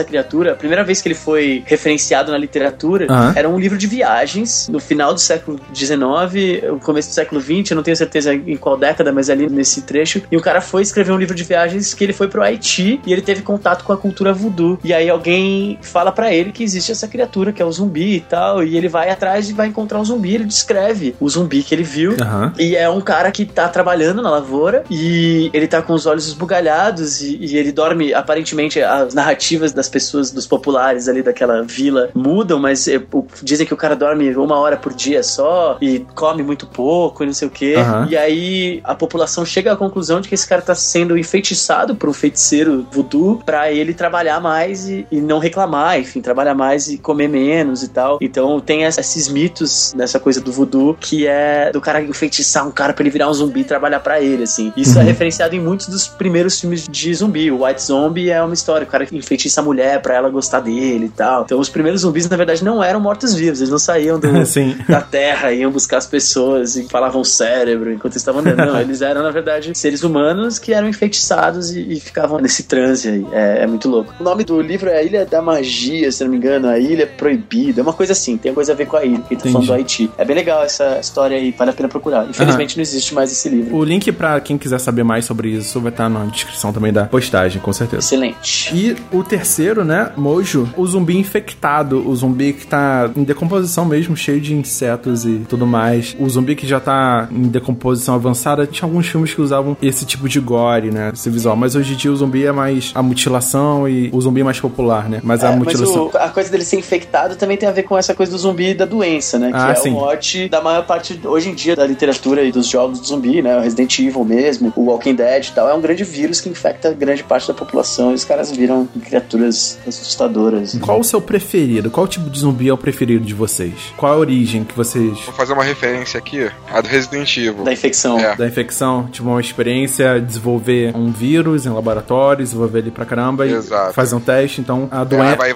criatura, a primeira vez que ele foi referenciado na literatura, era um livro de viagens, no final do século XIX, o começo do século XX, eu não tenho certeza em qual década, mas ali nesse trecho, e o cara foi escrever um livro de viagens que ele foi pro Haiti, e ele teve contato com a cultura voodoo, e aí alguém fala pra ele que existe essa criatura, que é o zumbi e tal, e ele vai atrás e vai encontrar um zumbi, ele descreve o zumbi que ele viu, e é um cara que tá trabalhando na lavoura, e ele tá com os olhos esbugalhados, e ele dorme, aparentemente, as narrativas das pessoas, dos populares ali daquela vila mudam, mas dizem que o cara dorme 1 hora por dia só, e come muito pouco, e não sei o quê, e aí a população chega à conclusão de que esse cara tá sendo enfeitiçado por um feiticeiro voodoo pra ele trabalhar mais e não reclamar, enfim, trabalhar mais e comer menos e tal. Então tem esses mitos nessa coisa do voodoo, que é do cara enfeitiçar um cara pra ele virar um zumbi e trabalhar pra ele, assim. Isso é referenciado em muitos dos primeiros filmes de zumbi. O White Zombie é uma história, o cara enfeitiça a mulher pra ela gostar dele e tal. Então os primeiros zumbis, na verdade, não eram mortos-vivos, eles não saíam da terra, iam buscar as pessoas e falavam cérebro enquanto eles estavam andando. Não, eles eram, na verdade, seres humanos que eram enfeitiçados e ficavam nesse transe aí. É muito louco. O nome do livro é A Ilha da Magia, se não me engano, A Ilha Proibida, é uma coisa assim, tem coisa a ver com a ilha, que ele tá falando do Haiti. É bem legal essa história aí, vale a pena procurar. Infelizmente não existe mais esse livro. O link pra quem quiser saber mais sobre isso vai estar na descrição também da postagem, com certeza. Excelente. E o terceiro, né, Mojo, o zumbi infectado, o zumbi que tá em decomposição mesmo, cheio de insetos e tudo mais. O zumbi que já tá em decomposição avançada, tinha alguns filmes que usavam esse tipo de gore, né, esse visual, mas hoje em dia o zumbi é mais a mutilação e o zumbi é mais popular, né, mas a mutilação... Mas a coisa dele ser infectado também tem a ver com essa coisa do zumbi e da doença, né, que é o mote da maior parte, hoje em dia, da literatura e dos jogos do zumbi, né, o Resident Evil mesmo, o Walking Dead e tal, é um grande vírus que infecta grande parte da população e os caras viram criaturas assustadoras. Qual o seu preferido? Qual tipo de zumbi é o preferido de vocês? Qual a origem que vocês... Vou fazer uma referência aqui, a do Resident Evil. Da infecção. Da infecção, tipo uma experiência, desenvolver um vírus em laboratório, desenvolver ele pra caramba e fazer um teste, então a doença... Vai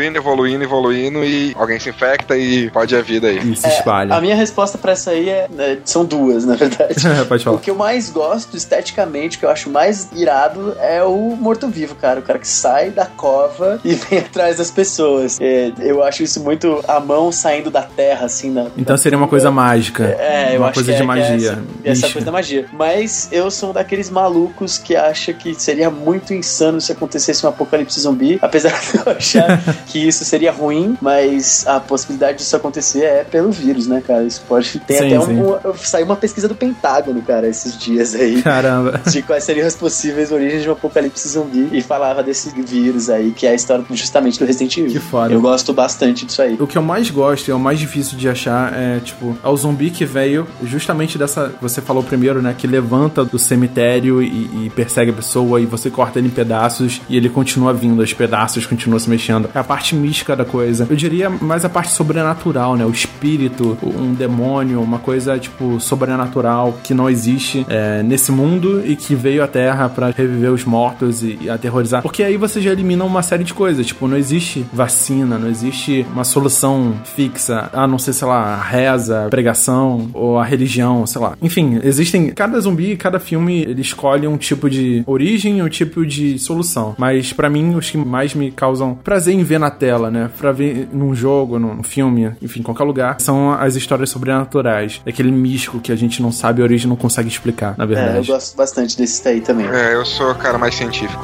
evoluindo e alguém se infecta e pode a vida aí. E se espalha. A minha resposta pra essa aí são duas, na verdade. Pode falar. O que eu mais gosto esteticamente, que eu acho mais irado, é o morto-vivo, cara. O cara que sai da cova e vem atrás das pessoas. Eu acho isso muito a mão saindo da terra, assim. Então seria uma coisa mágica. Eu uma acho coisa que de magia. Essa coisa da magia. Mas eu sou um daqueles malucos que acha que seria muito insano se acontecesse um apocalipse zumbi, apesar de eu achar que isso seria ruim, mas a possibilidade disso acontecer é pelo vírus, né, cara? Isso pode... Tem saiu uma pesquisa do Pentágono, cara, esses dias aí. Caramba. De quais seriam as possíveis origens de um apocalipse zumbi e falava desse vírus aí, que é a história justamente do Resident Evil. Que foda. Eu gosto bastante disso aí. O que eu mais gosto e é o mais difícil de achar é, tipo, é o zumbi que veio justamente dessa... Você falou primeiro, né? Que levanta do cemitério e persegue a pessoa e você corta ele em pedaços e ele continua vindo, os pedaços continuam se mexendo. É a parte mística da coisa. Eu diria mais a parte sobrenatural, né? O espírito, um demônio, uma coisa, tipo, sobrenatural que não existe nesse mundo e que veio à Terra pra reviver os mortos e aterrorizar. Porque aí você já elimina uma série de coisas. Tipo, não existe vacina, não existe uma solução fixa. A não ser, sei lá, a reza, a pregação ou a religião, sei lá. Enfim, existem... Cada zumbi, cada filme, ele escolhe um tipo de origem e um tipo de solução. Mas pra mim, os que mais me causam prazer em ver na tela, né? Pra ver num jogo, num filme, enfim, em qualquer lugar, são as histórias sobrenaturais. Aquele místico que a gente não sabe a origem, não consegue explicar, na verdade. Eu gosto bastante desses daí também. Eu sou o cara mais científico.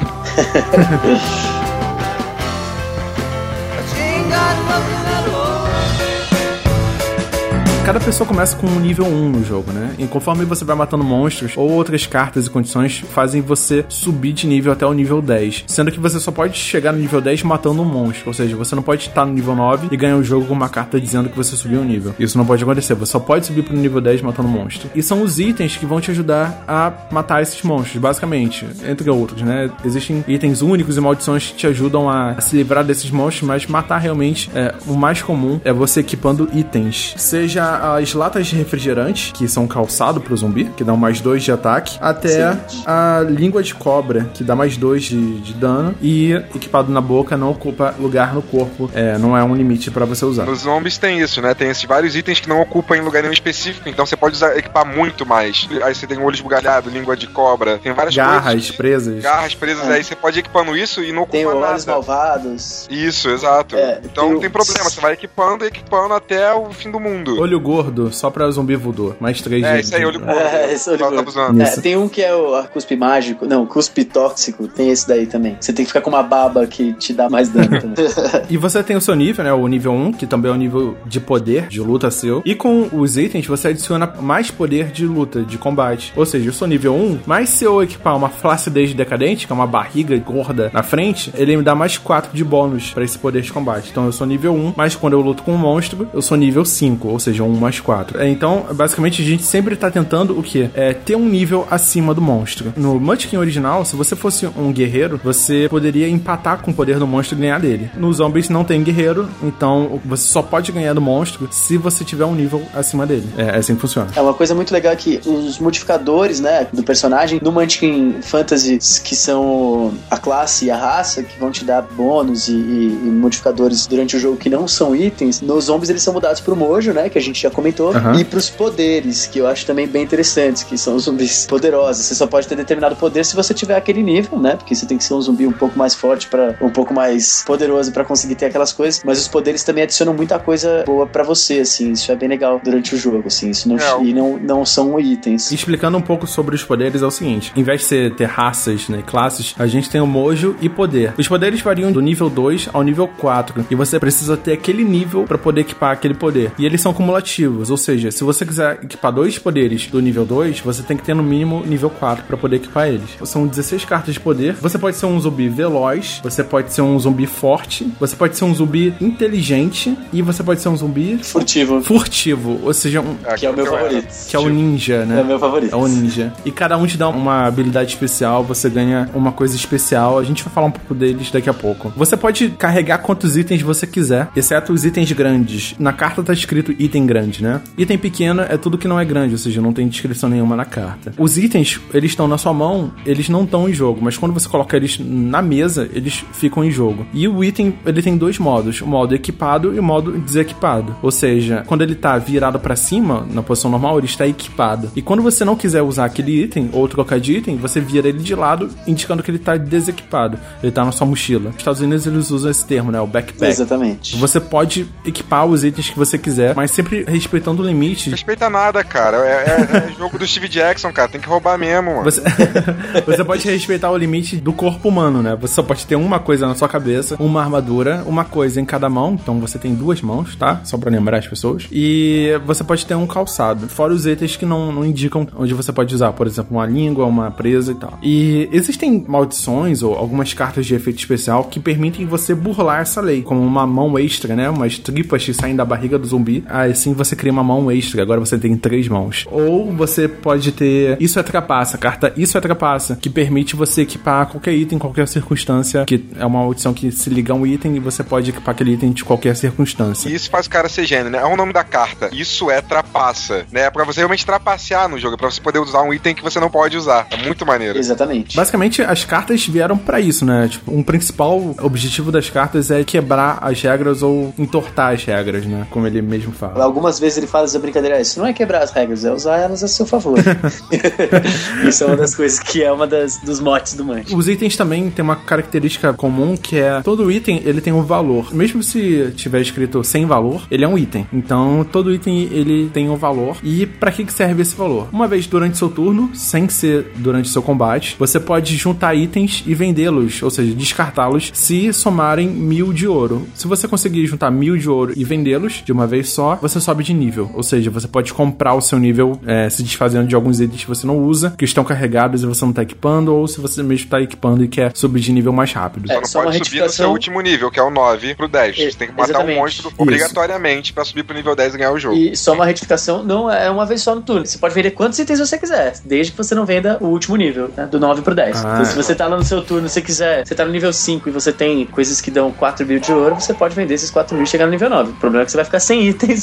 Cada pessoa começa com um nível 1 no jogo, né? E conforme você vai matando monstros ou outras cartas e condições fazem você subir de nível até o nível 10. Sendo que você só pode chegar no nível 10 matando um monstro. Ou seja, você não pode estar no nível 9 e ganhar o jogo com uma carta dizendo que você subiu um nível. Isso não pode acontecer. Você só pode subir pro nível 10 matando um monstro. E são os itens que vão te ajudar a matar esses monstros, basicamente. Entre outros, né? Existem itens únicos e maldições que te ajudam a se livrar desses monstros, mas matar realmente o mais comum é você equipando itens. Seja as latas de refrigerante, que são calçado pro zumbi, que dão mais 2 de ataque, até a língua de cobra, que dá mais 2 de dano, e equipado na boca não ocupa lugar no corpo, não é um limite pra você usar. Nos zombies tem isso, né? Tem esses vários itens que não ocupam em lugar nenhum específico, então você pode equipar muito mais. Aí você tem um olho esbugalhado, língua de cobra, tem várias garras presas. Garras presas, aí você pode ir equipando isso e não ocupa nada. Tem olhos malvados. Isso, exato. Então não tem problema, você vai equipando até o fim do mundo. Olho gordo, só pra zumbi voodoo. Mais 3 de... Isso aí, olho gordo. Esse olho gordo. Tem um que é o cuspe mágico. Não, cuspe tóxico. Tem esse daí também. Você tem que ficar com uma baba que te dá mais dano também. E você tem o seu nível, né? O nível 1, que também é o nível de poder, de luta seu. E com os itens, você adiciona mais poder de luta, de combate. Ou seja, eu sou nível 1, mas se eu equipar uma flacidez decadente, que é uma barriga gorda na frente, ele me dá mais 4 de bônus pra esse poder de combate. Então eu sou nível 1, mas quando eu luto com um monstro, eu sou nível 5, ou seja, 1 mais 4. Então, basicamente, a gente sempre tá tentando o quê? Ter um nível acima do monstro. No Munchkin original, se você fosse um guerreiro, você poderia empatar com o poder do monstro e ganhar dele. Nos zombies não tem guerreiro, então você só pode ganhar do monstro se você tiver um nível acima dele. É assim que funciona. É uma coisa muito legal que os modificadores, né, do personagem, no Munchkin Fantasy, que são a classe e a raça, que vão te dar bônus e modificadores durante o jogo que não são itens, nos zombies eles são mudados pro Mojo, né, que a gente já comentou, e pros poderes, que eu acho também bem interessantes, que são os zumbis poderosos. Você só pode ter determinado poder se você tiver aquele nível, né, porque você tem que ser um zumbi um pouco mais forte, um pouco mais poderoso pra conseguir ter aquelas coisas, mas os poderes também adicionam muita coisa boa pra você, assim, isso é bem legal durante o jogo, assim, isso não são itens. Explicando um pouco sobre os poderes é o seguinte, em vez de você ter raças, né, classes, a gente tem o Mojo e poder. Os poderes variam do nível 2 ao nível 4, e você precisa ter aquele nível pra poder equipar aquele poder. E eles são cumulativos, ou seja, se você quiser equipar 2 poderes do nível 2, você tem que ter no mínimo nível 4 pra poder equipar eles. São 16 cartas de poder. Você pode ser um zumbi veloz, você pode ser um zumbi forte, você pode ser um zumbi inteligente e você pode ser um zumbi furtivo, ou seja, que é o meu favorito. Que é o ninja, né? É o meu favorito. É o ninja. E cada um te dá uma habilidade especial, você ganha uma coisa especial. A gente vai falar um pouco deles daqui a pouco. Você pode carregar quantos itens você quiser, exceto os itens grandes. Na carta tá escrito item grande, né? Item pequeno é tudo que não é grande, ou seja, não tem descrição nenhuma na carta. Os itens, eles estão na sua mão, eles não estão em jogo, mas quando você coloca eles na mesa, eles ficam em jogo. E o item, ele tem 2 modos, o modo equipado e o modo desequipado. Ou seja, quando ele tá virado pra cima, na posição normal, ele está equipado. E quando você não quiser usar aquele item, ou trocar de item, você vira ele de lado, indicando que ele tá desequipado. Ele tá na sua mochila. Nos Estados Unidos, eles usam esse termo, né? O backpack. Exatamente. Você pode equipar os itens que você quiser, mas sempre respeitando o limite. Respeita nada, cara. É jogo do Steve Jackson, cara. Tem que roubar mesmo, mano. Você pode respeitar o limite do corpo humano, né? Você só pode ter uma coisa na sua cabeça, uma armadura, uma coisa em cada mão. Então você tem 2 mãos, tá? Só pra lembrar as pessoas. E você pode ter um calçado. Fora os itens que não indicam onde você pode usar. Por exemplo, uma língua, uma presa e tal. E existem maldições ou algumas cartas de efeito especial que permitem você burlar essa lei. Como uma mão extra, né? Umas tripas que saem da barriga do zumbi. Assim você cria uma mão extra. Agora você tem 3 mãos. Ou você pode ter Isso é Trapaça. Carta Isso é Trapaça. Que permite você equipar qualquer item, qualquer circunstância. Que é uma maldição que se liga a um item e você pode equipar aquele item de qualquer circunstância. E isso faz o cara ser gênio, né? É o nome da carta. Isso é trapaça, né? É pra você realmente trapacear no jogo. É pra você poder usar um item que você não pode usar. É muito maneiro. Exatamente. Basicamente, as cartas vieram pra isso, né? Tipo, um principal objetivo das cartas é quebrar as regras ou entortar as regras, né? Como ele mesmo fala. Algumas vezes ele fala essa brincadeira, isso não é quebrar as regras, é usar elas a seu favor. Isso é uma das coisas que é uma dos motes do Munchkin. Os itens também tem uma característica comum que é todo item, ele tem um valor. Mesmo se tiver escrito sem valor, ele é um item. Então, todo item, ele tem um valor. E pra que serve esse valor? Uma vez durante seu turno, sem ser durante seu combate, você pode juntar itens e vendê-los, ou seja, descartá-los se somarem 1000 de ouro. Se você conseguir juntar 1000 de ouro e vendê-los de uma vez só, você sobe de nível. Ou seja, você pode comprar o seu nível se desfazendo de alguns itens que você não usa, que estão carregados e você não tá equipando, ou se você mesmo tá equipando e quer subir de nível mais rápido. Só não pode subir no seu último nível, que é o 9 pro 10. Você tem que matar um monstro obrigatoriamente pra subir pro nível 10 e ganhar o jogo. E só uma retificação, não é uma vez só no turno. Você pode vender quantos itens você quiser, desde que você não venda o último nível, né? Do 9 pro 10. Então, se você tá lá no seu turno, você quiser, você tá no nível 5 e você tem coisas que dão 4 mil de ouro, você pode vender esses 4 mil e chegar no nível 9. O problema é que você vai ficar sem itens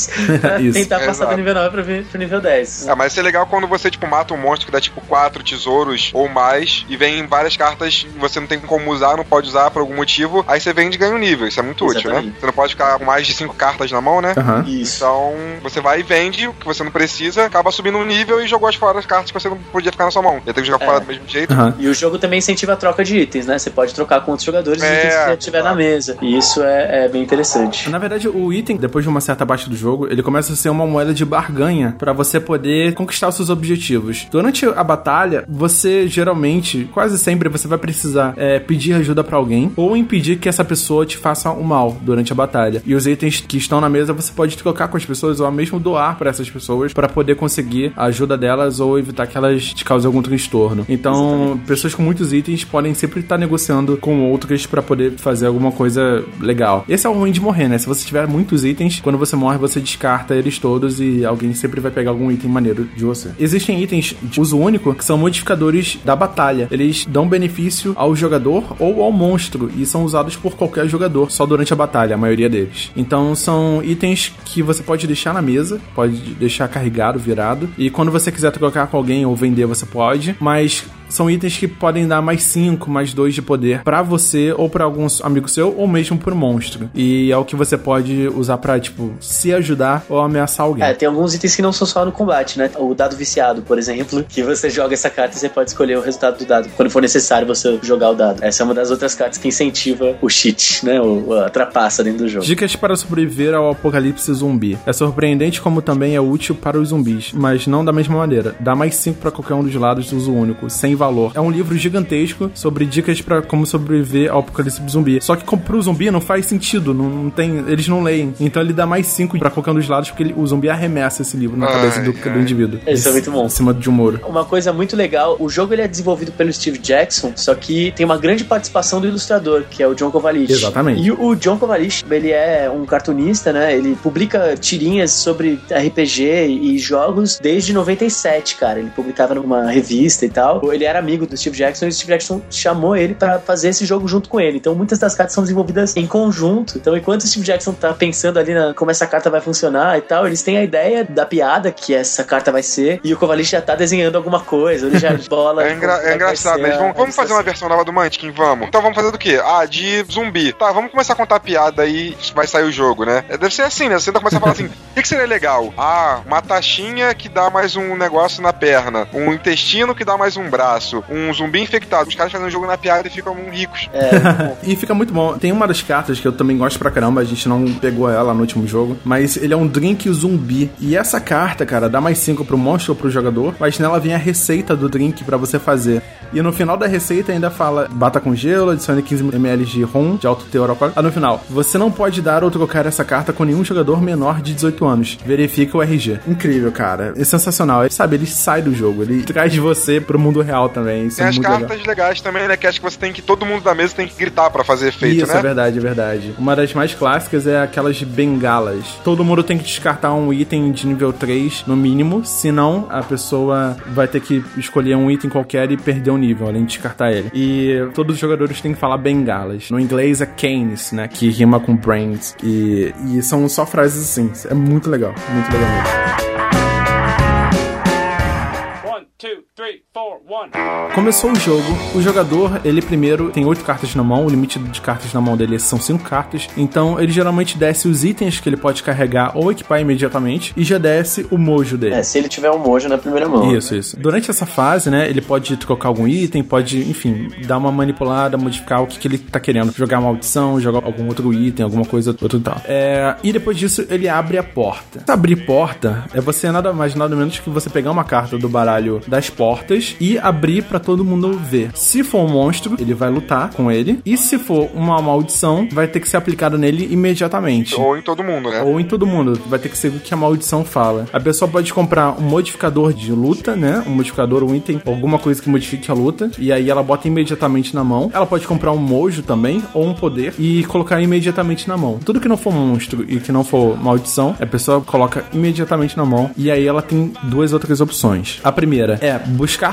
pra Isso. tentar passar do nível 9 pro nível 10. Mas isso é legal quando você, tipo, mata um monstro que dá, tipo, 4 tesouros ou mais e vem várias cartas que você não tem como usar, não pode usar por algum motivo, aí você vende e ganha um nível. Isso é muito útil, né? Você não pode ficar com mais de 5 cartas na mão, né? Isso. Então, você vai e vende o que você não precisa, acaba subindo um nível e jogou fora as cartas que você não podia ficar na sua mão. Ia ter que jogar fora do mesmo jeito. E o jogo também incentiva a troca de itens, né? Você pode trocar com outros jogadores os itens que já tiver na mesa. E isso é bem interessante. Na verdade, o item, depois de uma certa parte do jogo, ele começa a ser uma moeda de barganha pra você poder conquistar os seus objetivos. Durante a batalha, você geralmente, quase sempre, você vai precisar pedir ajuda pra alguém ou impedir que essa pessoa te faça o mal durante a batalha. E os itens que estão na mesa, você pode trocar com as pessoas ou mesmo doar pra essas pessoas pra poder conseguir a ajuda delas ou evitar que elas te causem algum transtorno. Então, pessoas com muitos itens podem sempre estar negociando com outras pra poder fazer alguma coisa legal. Esse é o ruim de morrer, né? Se você tiver muitos itens, quando você morre, você descarta eles todos e alguém sempre vai pegar algum item maneiro de você. Existem itens de uso único que são modificadores da batalha. Eles dão benefício ao jogador ou ao monstro e são usados por qualquer jogador, só durante a batalha, a maioria deles. Então, são itens que você pode deixar na mesa, pode deixar carregado, virado, e quando você quiser trocar com alguém ou vender, você pode, mas são itens que podem dar mais 5, mais 2 de poder pra você ou pra algum amigo seu ou mesmo pro monstro. E é o que você pode usar pra, tipo, se ajudar ou ameaçar alguém. Tem alguns itens que não são só no combate, né? O dado viciado, por exemplo, que você joga essa carta e você pode escolher o resultado do dado quando for necessário você jogar o dado. Essa é uma das outras cartas que incentiva o cheat, né? A trapaça dentro do jogo. Dicas para sobreviver ao apocalipse zumbi. É surpreendente como também é útil para os zumbis, mas não da mesma maneira. Dá mais 5 pra qualquer um dos lados do uso único, sem valor. É um livro gigantesco sobre dicas pra como sobreviver ao apocalipse zumbi. Só que pro zumbi não faz sentido, não tem, eles não leem. Então ele dá mais 5 pra qualquer um dos lados, porque o zumbi arremessa esse livro na cabeça do indivíduo. Isso é muito bom. Em cima de um muro. Uma coisa muito legal, o jogo ele é desenvolvido pelo Steve Jackson, só que tem uma grande participação do ilustrador, que é o John Kovalic. Exatamente. E o John Kovalic, ele é um cartunista, né? Ele publica tirinhas sobre RPG e jogos desde 97, cara. Ele publicava numa revista e tal. Ele era amigo do Steve Jackson e o Steve Jackson chamou ele pra fazer esse jogo junto com ele. Então muitas das cartas são desenvolvidas em conjunto. Então enquanto o Steve Jackson tá pensando ali como essa carta vai funcionar e tal, eles têm a ideia da piada que essa carta vai ser e o Kovalic já tá desenhando alguma coisa, ele já bola. É engraçado, né? Vamos fazer uma versão nova do Munchkin, vamos. Então vamos fazer do quê? De zumbi. Tá, vamos começar a contar piada aí, vai sair o jogo, né? Deve ser assim, né? Você tenta começar a falar assim, o que seria legal? Uma taxinha que dá mais um negócio na perna, um intestino que dá mais um braço, um zumbi infectado. Os caras fazem um jogo na piada e ficam ricos. E fica muito bom. Tem uma das cartas que eu também gosto pra caramba, a gente não pegou ela no último jogo, mas ele é um drink zumbi. E essa carta, cara, dá mais 5 pro monstro ou pro jogador, mas nela vem a receita do drink pra você fazer. E no final da receita ainda fala, bata com gelo, adicione 15 ml de rum, de alto teor alcoólico. No final, você não pode dar ou trocar essa carta com nenhum jogador menor de 18 anos. Verifica o RG. Incrível, cara. É sensacional. Ele sai do jogo, ele traz você pro mundo real também. Isso tem é as muito cartas legal. legais também, né? Que acho que você tem que, todo mundo da mesa tem que gritar pra fazer efeito, Isso, né? é verdade, é verdade. Uma das mais clássicas é aquelas de bengalas. Todo mundo tem que descartar um item de nível 3, no mínimo, senão a pessoa vai ter que escolher um item qualquer e perder um nível, além de descartar ele. E todos os jogadores têm que falar bengalas. No inglês é canes, né? Que rima com brains. E são só frases assim. É muito legal mesmo. Começou o jogo, o jogador, ele primeiro tem 8 cartas na mão, o limite de cartas na mão dele são 5 cartas, então ele geralmente desce os itens que ele pode carregar ou equipar imediatamente e já desce o mojo dele. Se ele tiver um mojo na primeira mão. Isso. Durante essa fase, né, ele pode trocar algum item, pode, enfim, dar uma manipulada, modificar o que ele tá querendo, jogar maldição, jogar algum outro item, alguma coisa, outro tal. E depois disso, ele abre a porta. Abrir porta é você nada mais, nada menos que você pegar uma carta do baralho das portas e abrir pra todo mundo ver. Se for um monstro, ele vai lutar com ele. E se for uma maldição, vai ter que ser aplicada nele imediatamente. Ou em todo mundo, né? Ou em todo mundo. Vai ter que ser o que a maldição fala. A pessoa pode comprar um modificador de luta, né? Um modificador, um item, alguma coisa que modifique a luta. E aí ela bota imediatamente na mão. Ela pode comprar um mojo também, ou um poder, e colocar imediatamente na mão. Tudo que não for monstro e que não for maldição, a pessoa coloca imediatamente na mão. E aí ela tem 2 outras opções. A primeira é buscar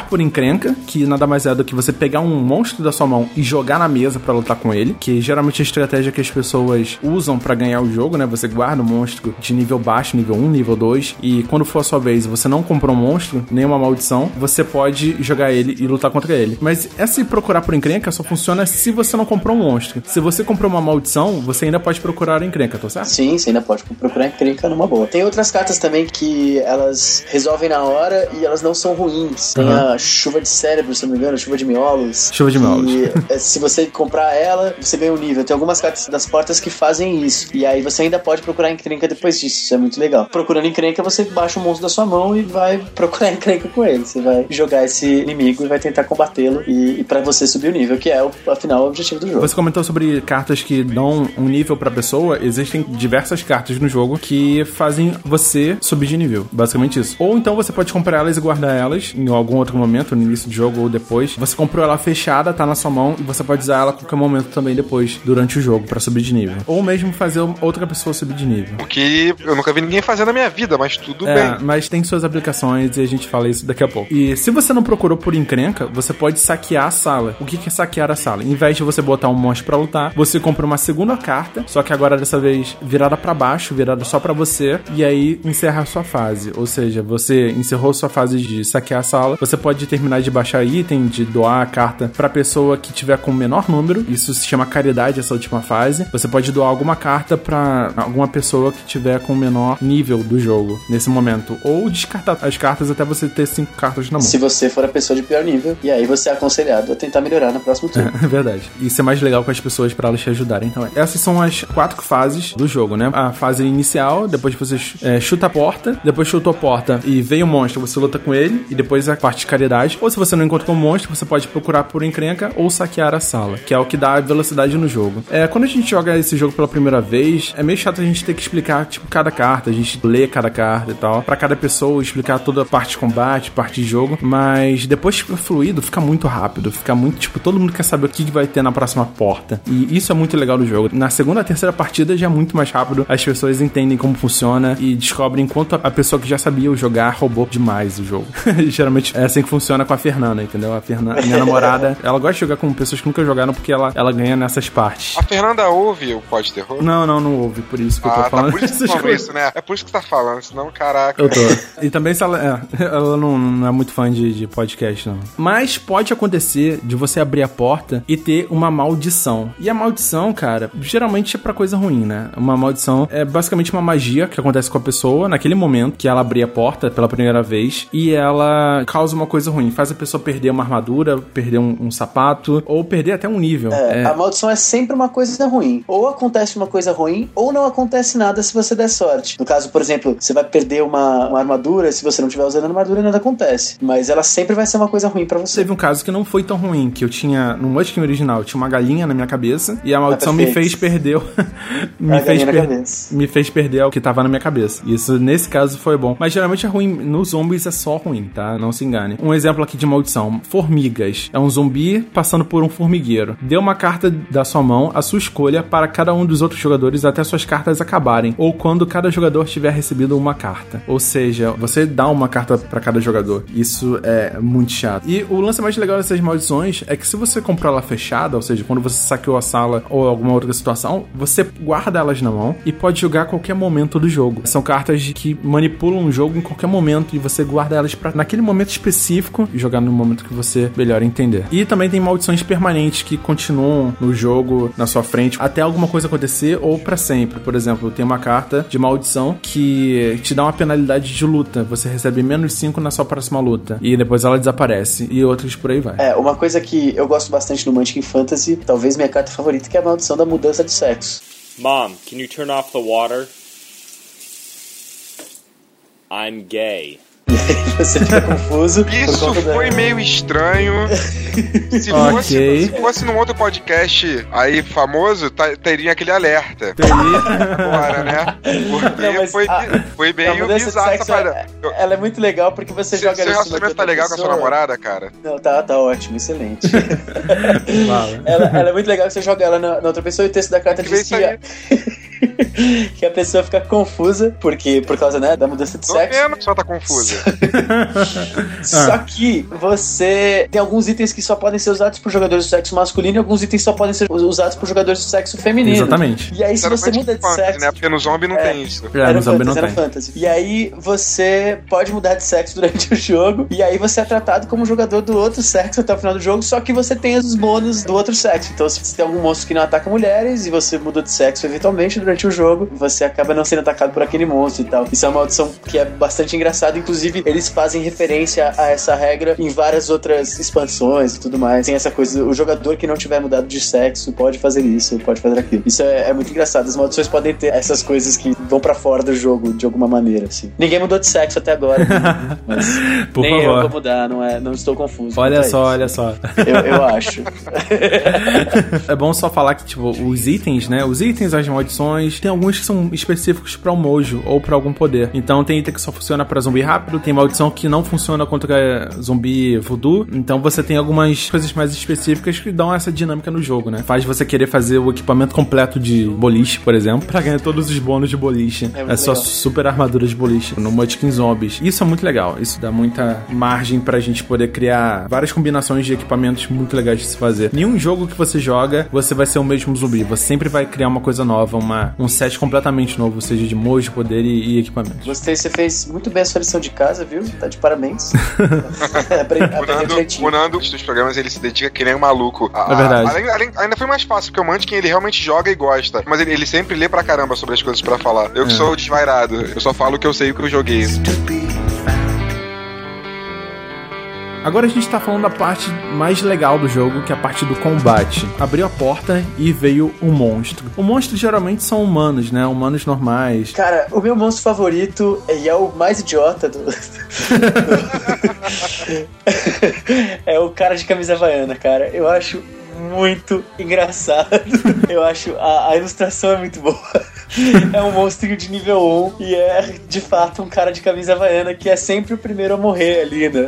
procurar por encrenca, que nada mais é do que você pegar um monstro da sua mão e jogar na mesa pra lutar com ele, que geralmente é a estratégia que as pessoas usam pra ganhar o jogo, né? Você guarda o monstro de nível baixo, nível 1, nível 2, e quando for a sua vez, você não comprou um monstro, nem uma maldição, você pode jogar ele e lutar contra ele. Mas essa procurar por encrenca só funciona se você não comprou um monstro. Se você comprou uma maldição, você ainda pode procurar a encrenca, tá certo? Sim, você ainda pode procurar a encrenca numa boa. Tem outras cartas também que elas resolvem na hora e elas não são ruins. Tem a chuva de cérebro, se não me engano, chuva de miolos. Chuva de miolos. E se você comprar ela, você ganha um nível. Tem algumas cartas das portas que fazem isso. E aí você ainda pode procurar encrenca depois disso. Isso é muito legal. Procurando encrenca, você baixa o monstro da sua mão e vai procurar encrenca com ele. Você vai jogar esse inimigo e vai tentar combatê-lo e pra você subir o nível, que é, afinal, o objetivo do jogo. Você comentou sobre cartas que dão um nível pra pessoa. Existem diversas cartas no jogo que fazem você subir de nível. Basicamente isso. Ou então você pode comprar elas e guardar elas em algum outro momento, no início do jogo ou depois. Você comprou ela fechada, tá na sua mão, e você pode usar ela a qualquer momento também depois, durante o jogo, pra subir de nível. Ou mesmo fazer outra pessoa subir de nível. O que eu nunca vi ninguém fazer na minha vida, mas tudo bem. Mas tem suas aplicações e a gente fala isso daqui a pouco. E se você não procurou por encrenca, você pode saquear a sala. O que é saquear a sala? Em vez de você botar um monstro pra lutar, você compra uma segunda carta, só que agora dessa vez virada pra baixo, virada só pra você, e aí encerra a sua fase. Ou seja, você encerrou sua fase de saquear a sala, você pode terminar de baixar item, de doar a carta pra pessoa que tiver com o menor número. Isso se chama caridade, essa última fase. Você pode doar alguma carta pra alguma pessoa que tiver com o menor nível do jogo nesse momento. Ou descartar as cartas até você ter 5 cartas na mão. Se você for a pessoa de pior nível, e aí você é aconselhado a tentar melhorar no próximo turno. É verdade. Isso é mais legal com as pessoas pra elas te ajudarem. Então, essas são as 4 fases do jogo, né? A fase inicial, depois você chuta a porta, depois chutou a porta e veio o monstro, você luta com ele, e depois a parte de caridade. Ou se você não encontrou um monstro, você pode procurar por encrenca ou saquear a sala, que é o que dá velocidade no jogo. Quando a gente joga esse jogo pela primeira vez, é meio chato a gente ter que explicar, tipo, cada carta, a gente lê cada carta e tal, pra cada pessoa explicar toda a parte de combate, parte de jogo, mas depois fica fluido, fica muito rápido, fica muito, tipo, todo mundo quer saber o que vai ter na próxima porta, e isso é muito legal do jogo. Na segunda, terceira partida já é muito mais rápido, as pessoas entendem como funciona e descobrem quanto a pessoa que já sabia jogar roubou demais o jogo. Geralmente é assim que funciona com a Fernanda, entendeu? A Fernanda, minha namorada, ela gosta de jogar com pessoas que nunca jogaram porque ela ganha nessas partes. A Fernanda ouve o Pod Terror? Não ouve, por isso que eu tô falando. Tá, por isso que você isso, né? É por isso que você tá falando, senão, caraca. Eu tô. E também se ela não é muito fã de podcast, não. Mas pode acontecer de você abrir a porta e ter uma maldição. E a maldição, cara, geralmente é pra coisa ruim, né? Uma maldição é basicamente uma magia que acontece com a pessoa naquele momento que ela abrir a porta pela primeira vez e ela causa uma coisa ruim. Faz a pessoa perder uma armadura, perder um sapato ou perder até um nível. A maldição é sempre uma coisa ruim. Ou acontece uma coisa ruim ou não acontece nada se você der sorte. No caso, por exemplo, você vai perder uma armadura, se você não estiver usando a armadura, nada acontece. Mas ela sempre vai ser uma coisa ruim pra você. Teve um caso que não foi tão ruim, que eu tinha, no Munchkin original, tinha uma galinha na minha cabeça e a maldição me fez perder me fez perder o que tava na minha cabeça. Isso, nesse caso, foi bom. Mas geralmente é ruim. Nos zombies é só ruim, tá? Não se engane. Um exemplo aqui de maldição. Formigas. É um zumbi passando por um formigueiro. Dê uma carta da sua mão, a sua escolha, para cada um dos outros jogadores até suas cartas acabarem. Ou quando cada jogador tiver recebido uma carta. Ou seja, você dá uma carta pra cada jogador. Isso é muito chato. E o lance mais legal dessas maldições é que se você comprou ela fechada, ou seja, quando você saqueou a sala ou alguma outra situação, você guarda elas na mão e pode jogar a qualquer momento do jogo. São cartas que manipulam o jogo em qualquer momento e você guarda elas pra naquele momento específico e jogar no momento que você melhor entender. E também tem maldições permanentes que continuam no jogo, na sua frente, até alguma coisa acontecer ou pra sempre. Por exemplo, tem uma carta de maldição que te dá uma penalidade de luta. Você recebe menos 5 na sua próxima luta e depois ela desaparece e outras por aí vai. Uma coisa que eu gosto bastante no Munchkin Fantasy, talvez minha carta favorita, que é a maldição da mudança de sexo. Mom, can you turn off the water? I'm gay. Você fica confuso. Isso foi meio estranho. Se fosse num outro podcast aí famoso, teria aquele alerta. Agora, né? Porque foi meio bizarro essa parada. Ela é muito legal porque você joga... Seu relacionamento tá legal com a sua namorada, cara? Não, tá ótimo, excelente. ela é muito legal que você joga ela na outra pessoa e o texto da carta diz que... que a pessoa fica confusa, porque por causa, né, da mudança de sexo. Tô vendo que só tá confusa. Só que você tem alguns itens que só podem ser usados por jogadores do sexo masculino e alguns itens só podem ser usados por jogadores do sexo feminino. Exatamente. E aí, se você muda de fantasy, sexo... né? Porque no zombie não tem isso. No zombie não tem. Fantasy. E aí, você pode mudar de sexo durante o jogo, e aí você é tratado como jogador do outro sexo até o final do jogo, só que você tem os bônus do outro sexo. Então, se você tem algum monstro que não ataca mulheres, e você mudou de sexo eventualmente durante o jogo, você acaba não sendo atacado por aquele monstro e tal. Isso é uma opção que é bastante engraçada. Inclusive, eles fazem referência a essa regra em várias outras expansões e tudo mais. Tem essa coisa, o jogador que não tiver mudado de sexo pode fazer isso, pode fazer aquilo. Isso é muito engraçado. As maldições podem ter essas coisas que vão pra fora do jogo de alguma maneira, assim. Ninguém mudou de sexo até agora, mas por nem favor. eu vou mudar, não estou confuso. Olha só. Eu acho. É bom só falar que, tipo, os itens, né? Os itens, as maldições, tem alguns que são específicos pra um mojo ou pra algum poder. Então tem item que só funciona pra zumbi rápido, tem maldição que não funciona contra zumbi voodoo. Então você tem algumas coisas mais específicas que dão essa dinâmica no jogo, né? Faz você querer fazer o equipamento completo de boliche, por exemplo, pra ganhar todos os bônus de boliche. É só super armadura de boliche no Munchkin Zombies. Isso é muito legal. Isso dá muita margem pra gente poder criar várias combinações de equipamentos muito legais de se fazer. Nenhum jogo que você joga, você vai ser o mesmo zumbi. Você sempre vai criar uma coisa nova, um set completamente novo, seja de mojo, poder e equipamentos. Gostei, você fez muito bem a sua lição de casa, viu? Tá de parabéns. O Nando, dos programas, ele se dedica que nem um maluco. É verdade. Ainda foi mais fácil, porque o Munchkin, ele realmente joga e gosta. Mas ele sempre lê pra caramba sobre as coisas pra falar. Eu que sou desvairado. Eu só falo o que eu sei e o que eu joguei. Agora a gente tá falando da parte mais legal do jogo, que é a parte do combate. Abriu a porta e veio um monstro. O monstro geralmente são humanos, né? Humanos normais. Cara, o meu monstro favorito, e é o mais idiota do... é o cara de camisa havaiana, cara. Eu acho muito engraçado. Eu acho a ilustração é muito boa. É um monstro de nível 1 e é de fato um cara de camisa havaiana que é sempre o primeiro a morrer ali, né?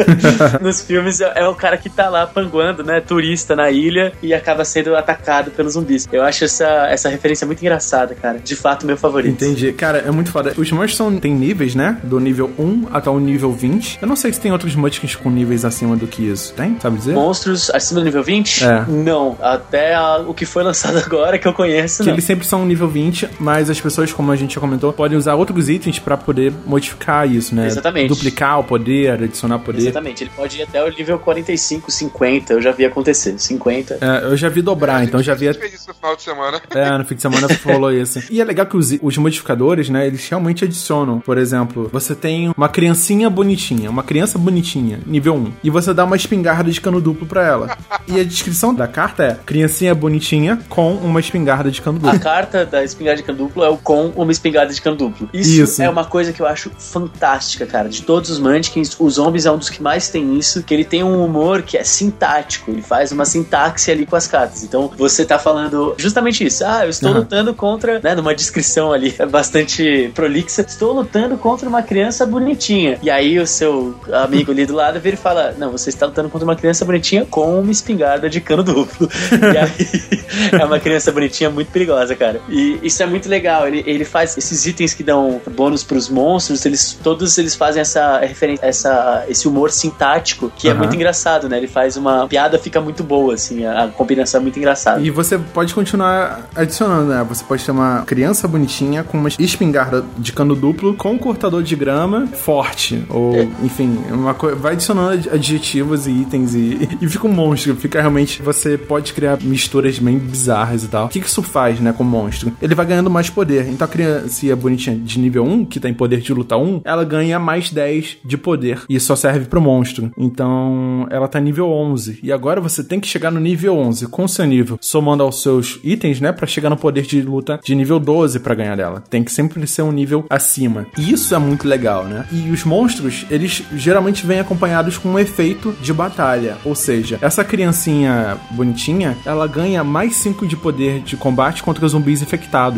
Nos filmes é o cara que tá lá panguando, né? Turista na ilha e acaba sendo atacado pelos zumbis. Eu acho essa referência muito engraçada, cara. De fato, meu favorito. Entendi. Cara, é muito foda. Os monstros tem níveis, né? Do nível 1 até o nível 20. Eu não sei se tem outros monstros com níveis acima do que isso. Tem? Sabe dizer? Monstros acima do nível 20? É. Não. Até o que foi lançado agora que eu conheço, que eles sempre são nível 20, mas as pessoas, como a gente já comentou, podem usar outros itens pra poder modificar isso, né? Exatamente. Duplicar o poder, adicionar poder. Exatamente. Ele pode ir até o nível 45, 50. Eu já vi acontecer. 50. É, eu já vi dobrar, então já vi... A gente fez isso no final de semana. No fim de semana rolou isso. E é legal que os modificadores, né, eles realmente adicionam. Por exemplo, você tem uma criancinha bonitinha, uma criança bonitinha, nível 1, e você dá uma espingarda de cano duplo pra ela. E a descrição da carta é criancinha bonitinha com uma espingarda de cano duplo. A carta da espingarda de cano duplo é o com uma espingarda de cano duplo. Isso é uma coisa que eu acho fantástica, cara. De todos os Munchkins, os zombies é um dos que mais tem isso, que ele tem um humor que é sintático. Ele faz uma sintaxe ali com as cartas. Então, você tá falando justamente isso. Ah, eu estou lutando contra, né, numa descrição ali bastante prolixa, estou lutando contra uma criança bonitinha. E aí o seu amigo ali do lado vira e fala, não, você está lutando contra uma criança bonitinha com uma espingarda de cano duplo. E aí é uma criança bonitinha muito perigosa, cara. E isso é muito legal. Ele faz esses itens que dão bônus pros monstros, todos eles fazem essa referência, esse humor sintático, que é muito engraçado, né? Ele faz uma piada, fica muito boa, assim, a combinação é muito engraçada. E você pode continuar adicionando, né? Você pode ter uma criança bonitinha com uma espingarda de cano duplo com um cortador de grama forte, ou enfim, vai adicionando adjetivos e itens e fica um monstro, fica realmente, você pode criar misturas bem bizarras e tal. O que isso faz, né, com o monstro? Ele vai ganhando mais poder. Então a criança bonitinha de nível 1, que tem poder de luta 1, ela ganha mais 10 de poder. E isso só serve pro monstro. Então ela tá nível 11. E agora você tem que chegar no nível 11 com o seu nível, somando aos seus itens, né, pra chegar no poder de luta de nível 12 pra ganhar dela. Tem que sempre ser um nível acima. E isso é muito legal, né? E os monstros, eles geralmente vêm acompanhados com um efeito de batalha. Ou seja, essa criancinha bonitinha, ela ganha mais 5 de poder de combate contra zumbis infectados.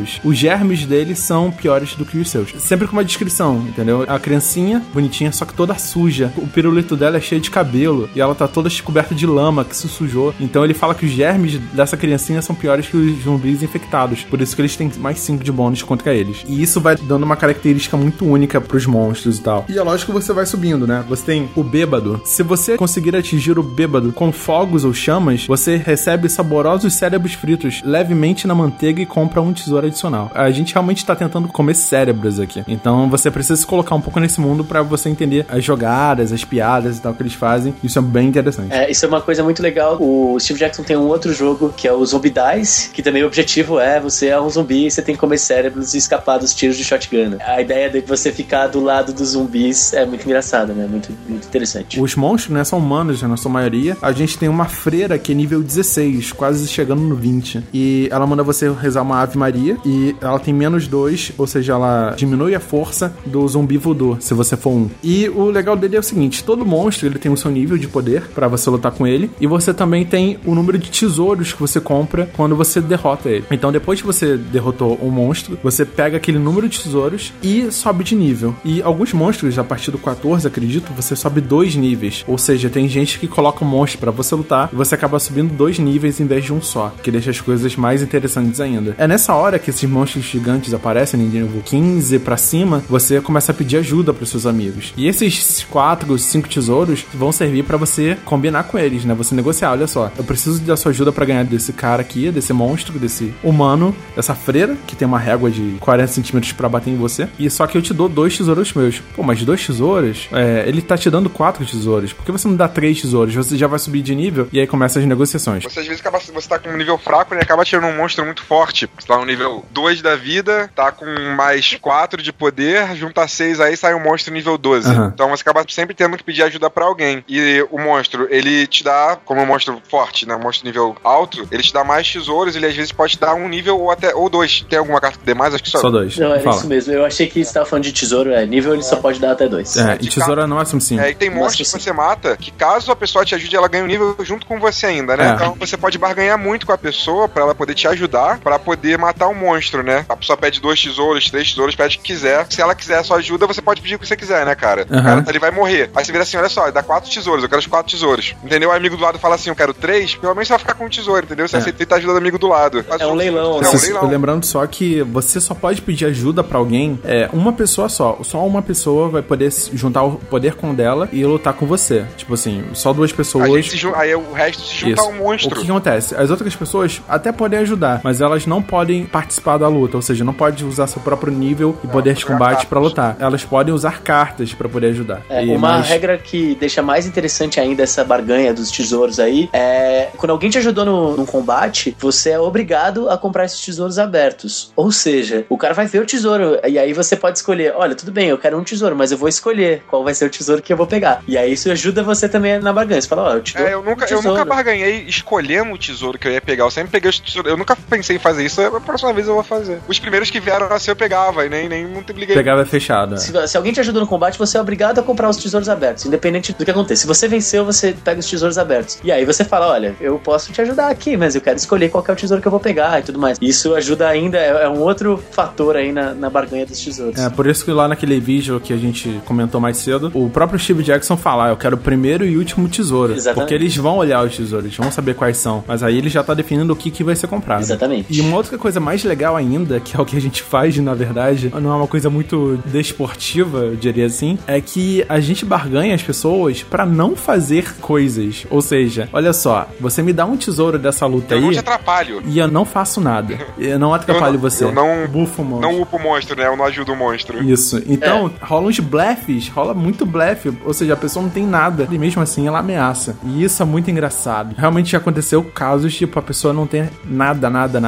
infectados, os germes deles são piores do que os seus. Sempre com uma descrição, entendeu? A criancinha, bonitinha, só que toda suja. O pirulito dela é cheio de cabelo e ela tá toda coberta de lama que se sujou. Então ele fala que os germes dessa criancinha são piores que os zumbis infectados. Por isso que eles têm mais 5 de bônus contra eles. E isso vai dando uma característica muito única pros monstros e tal. E é lógico que você vai subindo, né? Você tem o bêbado. Se você conseguir atingir o bêbado com fogos ou chamas, você recebe saborosos cérebros fritos levemente na manteiga e compra um tesouro adicional. A gente realmente tá tentando comer cérebros aqui. Então você precisa se colocar um pouco nesse mundo pra você entender as jogadas, as piadas e tal que eles fazem. Isso é bem interessante. Isso é uma coisa muito legal. O Steve Jackson tem um outro jogo que é o Zombie Dice, que também o objetivo é você é um zumbi e você tem que comer cérebros e escapar dos tiros de shotgun. A ideia de você ficar do lado dos zumbis é muito engraçada, né? Muito interessante. Os monstros, né, são humanos, na sua maioria. A gente tem uma freira que é nível 16, quase chegando no 20. E ela manda você rezar uma Ave Maria e ela tem -2, ou seja, ela diminui a força do zumbi voodoo, se você for 1. E o legal dele é o seguinte, todo monstro ele tem o seu nível de poder pra você lutar com ele, e você também tem o número de tesouros que você compra quando você derrota ele. Então depois que você derrotou um monstro, você pega aquele número de tesouros e sobe de nível. E alguns monstros, a partir do 14, acredito, você sobe 2 níveis. Ou seja, tem gente que coloca um monstro pra você lutar e você acaba subindo 2 níveis em vez de um só, que deixa as coisas mais interessantes ainda. É nessa hora que esses monstros gigantes aparecem, em nível 15 pra cima, você começa a pedir ajuda pros seus amigos. E esses 4, 5 tesouros vão servir pra você combinar com eles, né? Você negociar, olha só, eu preciso da sua ajuda pra ganhar desse cara aqui, desse monstro, desse humano, dessa freira, que tem uma régua de 40 centímetros pra bater em você, e só que eu te dou 2 tesouros meus. Pô, mas 2 tesouros? Ele tá te dando 4 tesouros. Por que você não dá 3 tesouros? Você já vai subir de nível e aí começa as negociações. Você às vezes você tá com um nível fraco, né? Acaba tirando um monstro muito forte. Você tá no nível 2 da vida, tá com mais 4 de poder, junta 6 aí, sai um monstro nível 12. Então você acaba sempre tendo que pedir ajuda pra alguém. E o monstro, ele te dá, como um monstro forte, né? Um monstro nível alto, ele te dá mais tesouros, ele às vezes pode te dar um nível ou 2. Tem alguma carta que dê mais? Acho que só 2. Não, era isso mesmo. Eu achei que você tava falando de tesouro, nível ele só pode dar até 2. E tesouro é no máximo 5. E tem monstros que você mata, que caso a pessoa te ajude, ela ganha um nível junto com você ainda, né? Então você pode barganhar muito com a pessoa pra ela poder te ajudar, pra poder matar o monstro, né? A pessoa pede 2 tesouros, 3 tesouros, pede o que quiser. Se ela quiser a sua ajuda, você pode pedir o que você quiser, né, cara? O cara ele vai morrer. Aí você vira assim, olha só, dá 4 tesouros, eu quero os 4 tesouros. Entendeu? O amigo do lado fala assim, eu quero 3, pelo menos você vai ficar com um tesouro, entendeu? Você aceita a ajuda do amigo do lado. É um leilão. Lembrando só que você só pode pedir ajuda pra alguém, uma pessoa só. Só uma pessoa vai poder juntar o poder com dela e lutar com você. Tipo assim, só 2 pessoas. Aí o resto se junta ao monstro. O que acontece? As outras pessoas até podem ajudar, mas elas não podem participar da luta, ou seja, não pode usar seu próprio nível e poder de combate pra lutar. Elas podem usar cartas pra poder ajudar. Uma regra que deixa mais interessante ainda essa barganha dos tesouros aí é quando alguém te ajudou num combate, você é obrigado a comprar esses tesouros abertos. Ou seja, o cara vai ver o tesouro e aí você pode escolher, olha, tudo bem, eu quero um tesouro, mas eu vou escolher qual vai ser o tesouro que eu vou pegar. E aí isso ajuda você também na barganha. Você fala, eu te dou eu nunca barganhei escolhendo o tesouro que eu ia pegar. Eu sempre peguei os tesouros. Eu nunca pensei em fazer isso. A próxima vez eu vou fazer. Os primeiros que vieram assim eu pegava e nem não te liguei. Pegava fechado. Se alguém te ajudou no combate, você é obrigado a comprar os tesouros abertos, independente do que aconteça. Se você venceu, você pega os tesouros abertos. E aí você fala, olha, eu posso te ajudar aqui, mas eu quero escolher qual que é o tesouro que eu vou pegar e tudo mais. Isso ajuda ainda, é um outro fator aí na barganha dos tesouros. Por isso que lá naquele vídeo que a gente comentou mais cedo, o próprio Steve Jackson fala, eu quero o primeiro e último tesouro. Exatamente. Porque eles vão olhar os tesouros, vão saber quais são, mas aí ele já tá definindo o que vai ser comprado. Exatamente. E uma outra coisa mais legal ainda, que é o que a gente faz, na verdade, não é uma coisa muito desportiva, eu diria assim, é que a gente barganha as pessoas pra não fazer coisas. Ou seja, olha só, você me dá um tesouro dessa luta aí... Eu não te atrapalho. E eu não faço nada. Eu não atrapalho você. Eu não bufo o monstro. Não upo o monstro, né? Eu não ajudo o monstro. Isso. Então, rola uns blefes, rola muito blefe. Ou seja, a pessoa não tem nada. E mesmo assim, ela ameaça. E isso é muito engraçado. Realmente já aconteceu casos, tipo, a pessoa não tem nada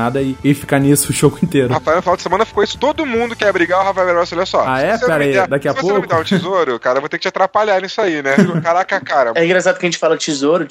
e ficar nisso o jogo inteiro. Rafael, no final de semana ficou isso. Todo mundo quer brigar, o Rafael Verosa, olha só. Pera aí, daqui a pouco... Se você não me dá um tesouro, cara, eu vou ter que te atrapalhar nisso aí, né? Caraca, cara. É engraçado que a gente fala tesouro.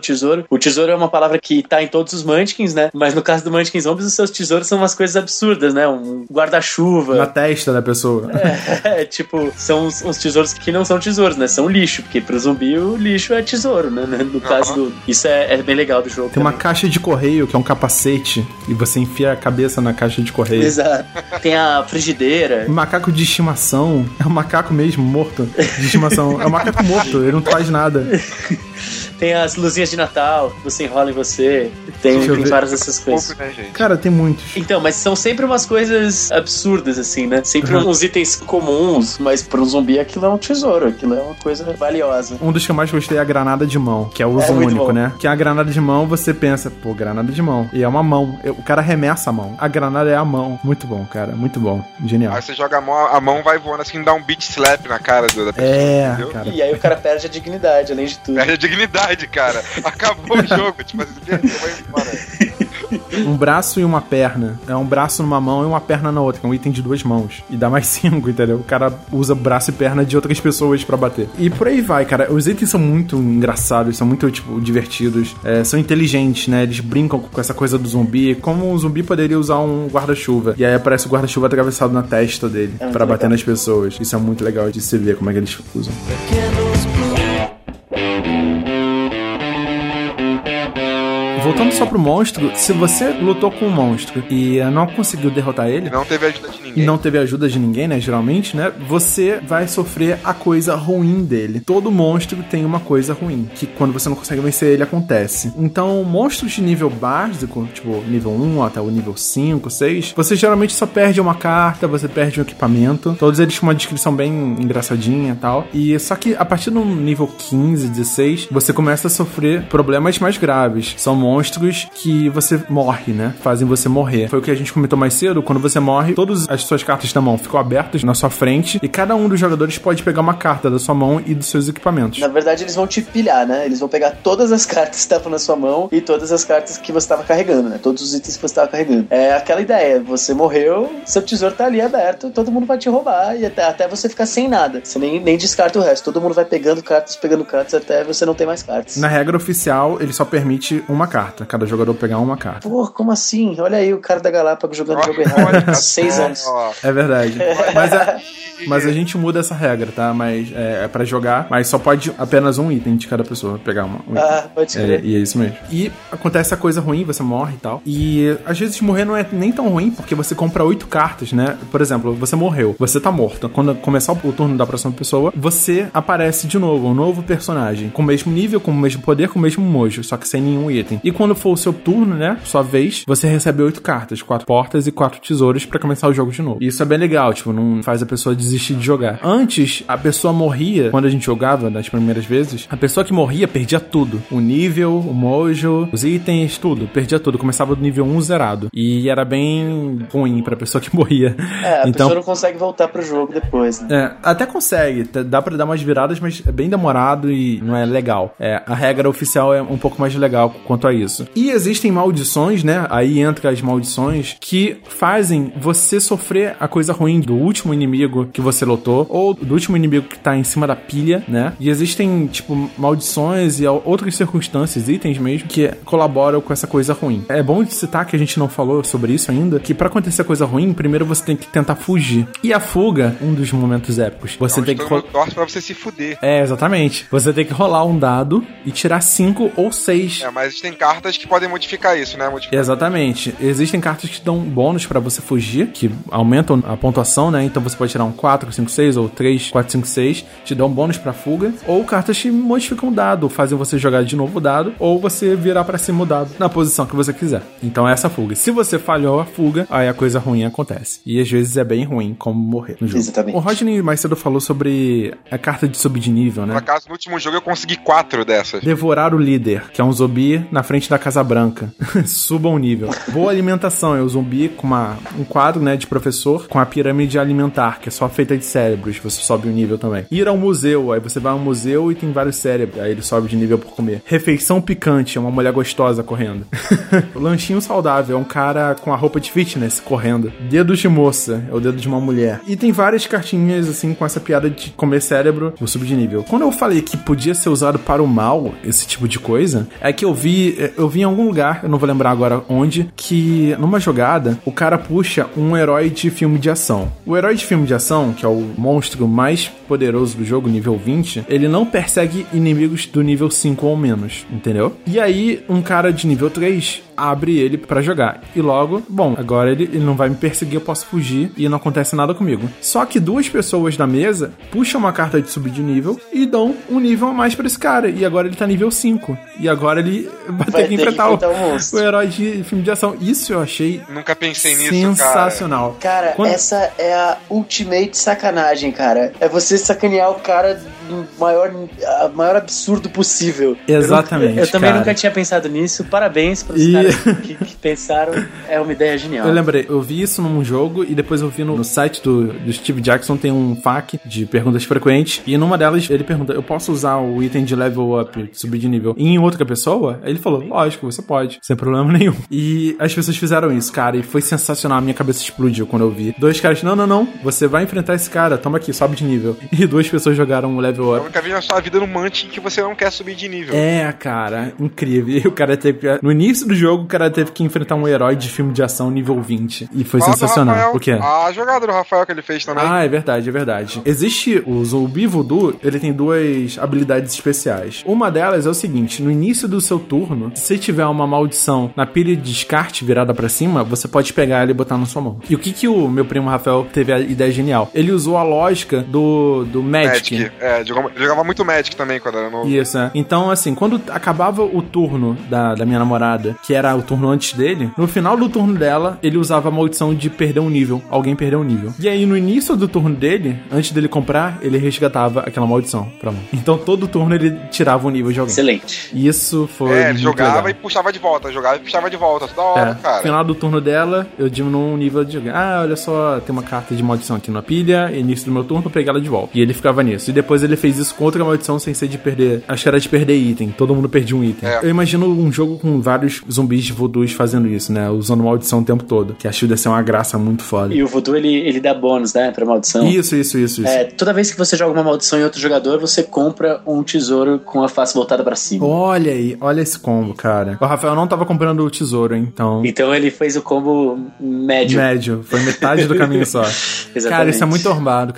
O tesouro é uma palavra que tá em todos os Munchkins, né? Mas no caso do Munchkin Zombies, os seus tesouros são umas coisas absurdas, né? Um guarda-chuva. Na testa da pessoa. Tipo, são uns tesouros que não são tesouros, né? São lixo, porque pro zumbi o lixo é tesouro, né? No caso do... Isso é bem legal do jogo. Tem uma caixa de correio que é um capacete e você enfia a cabeça na caixa de correio. Exato. Tem a frigideira. Macaco de estimação. É um macaco mesmo, morto. De estimação. É um macaco morto, ele não faz nada. Tem as luzinhas de Natal, você enrola em você. Tem várias dessas coisas. Cara, tem muitos. Então, mas são sempre umas coisas absurdas, assim, né? Sempre uns itens comuns, mas para um zumbi aquilo é um tesouro, aquilo é uma coisa valiosa. Um dos que eu mais gostei é a granada de mão, que é o uso único, né? Que a granada de mão, você pensa, pô, granada de mão. E é uma mão. O cara arremessa a mão. A granada é a mão. Muito bom, cara. Muito bom. Genial. Aí você joga a mão vai voando assim, dá um beat slap na cara da pessoa, entendeu? Cara. E aí o cara perde a dignidade, além de tudo. Perde a dignidade, cara. Acabou o jogo. Tipo assim, vai embora. Um braço e uma perna. É um braço numa mão e uma perna na outra. É um item de 2 mãos. E dá mais 5, entendeu? O cara usa braço e perna de outras pessoas pra bater. E por aí vai, cara. Os itens são muito engraçados, são muito, tipo, divertidos. São inteligentes, né? Eles brincam com essa coisa do zumbi. Como um zumbi poderia usar um guarda-chuva. E aí aparece o guarda-chuva atravessado na testa dele pra bater nas pessoas. Isso é muito legal de se ver como é que eles usam. Voltando só pro monstro, se você lutou com um monstro e não conseguiu derrotar ele... Não teve ajuda de ninguém. E não teve ajuda de ninguém, né? Geralmente, né? Você vai sofrer a coisa ruim dele. Todo monstro tem uma coisa ruim, que quando você não consegue vencer ele, acontece. Então, monstros de nível básico, tipo nível 1 até o nível 5, 6, você geralmente só perde uma carta, você perde um equipamento. Todos eles com uma descrição bem engraçadinha e tal. E só que a partir do nível 15, 16, você começa a sofrer problemas mais graves. São monstros que você morre, né? Fazem você morrer. Foi o que a gente comentou mais cedo. Quando você morre, todas as suas cartas da mão ficam abertas na sua frente e cada um dos jogadores pode pegar uma carta da sua mão e dos seus equipamentos. Na verdade, eles vão te pilhar, né? Eles vão pegar todas as cartas que estavam na sua mão e todas as cartas que você estava carregando, né? Todos os itens que você estava carregando. É aquela ideia. Você morreu, seu tesouro tá ali aberto, todo mundo vai te roubar e até você ficar sem nada. Você nem descarta o resto. Todo mundo vai pegando cartas até você não ter mais cartas. Na regra oficial, ele só permite uma carta. Cada jogador pegar uma carta. Pô, como assim? Olha aí o cara da Galápagos jogando jogo errado há 6 anos. É verdade. Mas a gente muda essa regra, tá? Mas é pra jogar, mas só pode apenas um item de cada pessoa pegar um item. Pode ser. E é isso mesmo. E acontece a coisa ruim, você morre e tal. E às vezes morrer não é nem tão ruim, porque você compra 8 cartas, né? Por exemplo, você morreu, você tá morto. Quando começar o turno da próxima pessoa, você aparece de novo, um novo personagem, com o mesmo nível, com o mesmo poder, com o mesmo mojo, só que sem nenhum item. E quando for o seu turno, né? Sua vez, você recebe 8 cartas, 4 portas e 4 tesouros pra começar o jogo de novo. E isso é bem legal, tipo, não faz a pessoa desistir de jogar. Antes, a pessoa morria, quando a gente jogava, nas primeiras vezes, a pessoa que morria perdia tudo. O nível, o mojo, os itens, tudo. Perdia tudo. Começava do nível 1 zerado. E era bem ruim pra pessoa que morria. A pessoa não consegue voltar pro jogo depois, né? Até consegue. Dá pra dar umas viradas, mas é bem demorado e não é legal. A regra oficial é um pouco mais legal quanto a isso. E existem maldições, né? Aí entra as maldições que fazem você sofrer a coisa ruim do último inimigo que você lutou, ou do último inimigo que tá em cima da pilha, né? E existem, tipo, maldições e outras circunstâncias, itens mesmo, que colaboram com essa coisa ruim. É bom de citar que a gente não falou sobre isso ainda, que pra acontecer coisa ruim, primeiro você tem que tentar fugir. E a fuga, um dos momentos épicos. Você tem que torce pra você se fuder. Exatamente. Você tem que rolar um dado e tirar 5 ou 6. Mas tem cartas que podem modificar isso, né? Exatamente. Existem cartas que dão bônus pra você fugir, que aumentam a pontuação, né? Então você pode tirar um 4, 5, 6 ou 3, 4, 5, 6, te dão um bônus pra fuga. Ou cartas que modificam o dado, fazem você jogar de novo o dado, ou você virar pra cima o dado na posição que você quiser. Então é essa fuga. Se você falhou a fuga, aí a coisa ruim acontece. E às vezes é bem ruim, como morrer no jogo. Exatamente. O Rodney mais cedo falou sobre a carta de subir de nível, né? Por acaso, no último jogo eu consegui 4 dessas. Devorar o líder, que é um zumbi na frente da Casa Branca. Suba um nível. Boa alimentação, é o zumbi com um quadro, né, de professor com a pirâmide alimentar, que é só feita de cérebros, você sobe um nível também. Ir ao museu, aí você vai ao museu e tem vários cérebros, aí ele sobe de nível por comer. Refeição picante, é uma mulher gostosa correndo. Lanchinho saudável, é um cara com a roupa de fitness correndo. Dedo de moça, é o dedo de uma mulher. E tem várias cartinhas, assim, com essa piada de comer cérebro, vou subir de nível. Quando eu falei que podia ser usado para o mal, esse tipo de coisa, é que eu vi em algum lugar, eu não vou lembrar agora onde, que numa jogada, o cara puxa um herói de filme de ação. O herói de filme de ação, que é o monstro mais poderoso do jogo, nível 20, ele não persegue inimigos do nível 5 ou menos, entendeu? E aí, um cara de nível 3, abre ele pra jogar. E logo, bom, agora ele não vai me perseguir, eu posso fugir e não acontece nada comigo. Só que 2 pessoas da mesa puxam uma carta de subir de nível e dão um nível a mais pra esse cara. E agora ele tá nível 5. E agora ele vai ter que enfrentar o herói de filme de ação. Isso eu achei Nunca pensei nisso, sensacional. Cara, essa é a ultimate sacanagem, cara. É você sacanear o cara do maior absurdo possível. Exatamente. Eu também nunca tinha pensado nisso. Parabéns pros caras que pensaram. É uma ideia genial. Eu lembrei, eu vi isso num jogo e depois eu vi no site do Steve Jackson, tem um FAQ de perguntas frequentes, e numa delas ele pergunta, eu posso usar o item de level up, de subir de nível, em outra pessoa? Aí ele falou, lógico, você pode, sem problema nenhum. E as pessoas fizeram isso, cara, e foi sensacional, a minha cabeça explodiu quando eu vi. 2 caras, não, você vai enfrentar esse cara, toma aqui, sobe de nível. E 2 pessoas jogaram o level up. Eu nunca vi na sua vida num Mantic que você não quer subir de nível. É, cara, incrível. E o cara teve que, no início do jogo, o cara teve que enfrentar um herói de filme de ação nível 20. E foi sensacional. O quê? A jogada do Rafael que ele fez também. Ah, é verdade. Existe o Zumbi Voodoo, ele tem 2 habilidades especiais. Uma delas é o seguinte, no início do seu turno, se tiver uma maldição na pilha de descarte virada pra cima, você pode pegar ela e botar na sua mão. E o que o meu primo Rafael teve a ideia genial? Ele usou a lógica do Magic. Jogava muito Magic também quando era novo. Isso, é. Então, assim, quando acabava o turno da minha namorada, que era o turno antes dele, no final do turno dela, ele usava a maldição de perder um nível. Alguém perdeu um nível. E aí, no início do turno dele, antes dele comprar, ele resgatava aquela maldição pra mão. Então, todo turno ele tirava um nível de alguém. Excelente. Isso foi ele jogava legal. E puxava de volta. Jogava e puxava de volta. Toda hora, cara. No final do turno dela, eu diminuo um nível de... olha só, tem uma carta de maldição aqui na pilha, início do meu turno, eu peguei ela de volta. E ele ficava nisso. E depois ele fez isso com outra maldição sem ser de perder... Acho que era de perder item. Todo mundo perdia um item. Eu imagino um jogo com vários zumbis de voodoos fazendo isso, né? Usando maldição o tempo todo. Que acho que deve ser uma graça muito foda. E o voodoo, ele dá bônus, né? Pra maldição. Isso. Toda vez que você joga uma maldição em outro jogador, você compra um tesouro com a face voltada pra cima. Olha aí, olha esse combo, cara. O Rafael não tava comprando o tesouro, hein? Então ele fez o combo médio. Foi metade do caminho só. Exatamente. Cara, isso é muito roubado,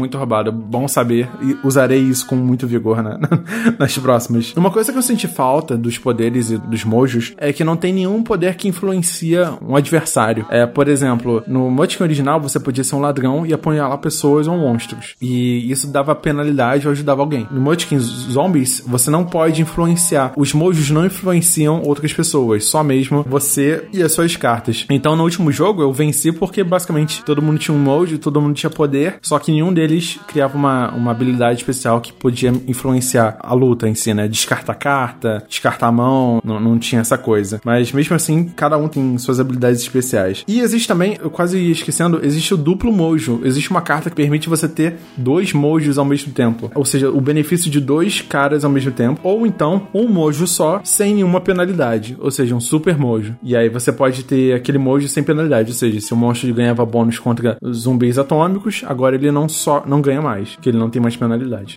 Bom saber. E usarei isso com muito vigor nas próximas. Uma coisa que eu senti falta dos poderes e dos mojos é que não tem nenhum poder que influencia um adversário. Por exemplo, no Munchkin original você podia ser um ladrão e apunhalar pessoas ou monstros. E isso dava penalidade ou ajudava alguém. No Munchkin Zombies, você não pode influenciar. Os mojos não influenciam outras pessoas, só mesmo você e as suas cartas. Então, no último jogo, eu venci porque basicamente todo mundo tinha um mojo, todo mundo tinha poder, só que nenhum deles criava uma habilidade especial que podia influenciar a luta em si, né? Descartar carta, descartar a mão, não tinha essa coisa. Mas mesmo assim, cada um tem suas habilidades especiais. E existe também, eu quase ia esquecendo, existe o duplo mojo. Existe uma carta que permite você ter 2 mojos ao mesmo tempo. Ou seja, o benefício de 2 caras ao mesmo tempo. Ou então, um mojo só, sem nenhuma penalidade. Ou seja, um super mojo. E aí você pode ter aquele mojo sem penalidade. Ou seja, se o monstro ganhava bônus contra zumbis atômicos, agora ele não ganha mais, porque ele não tem mais penalidade.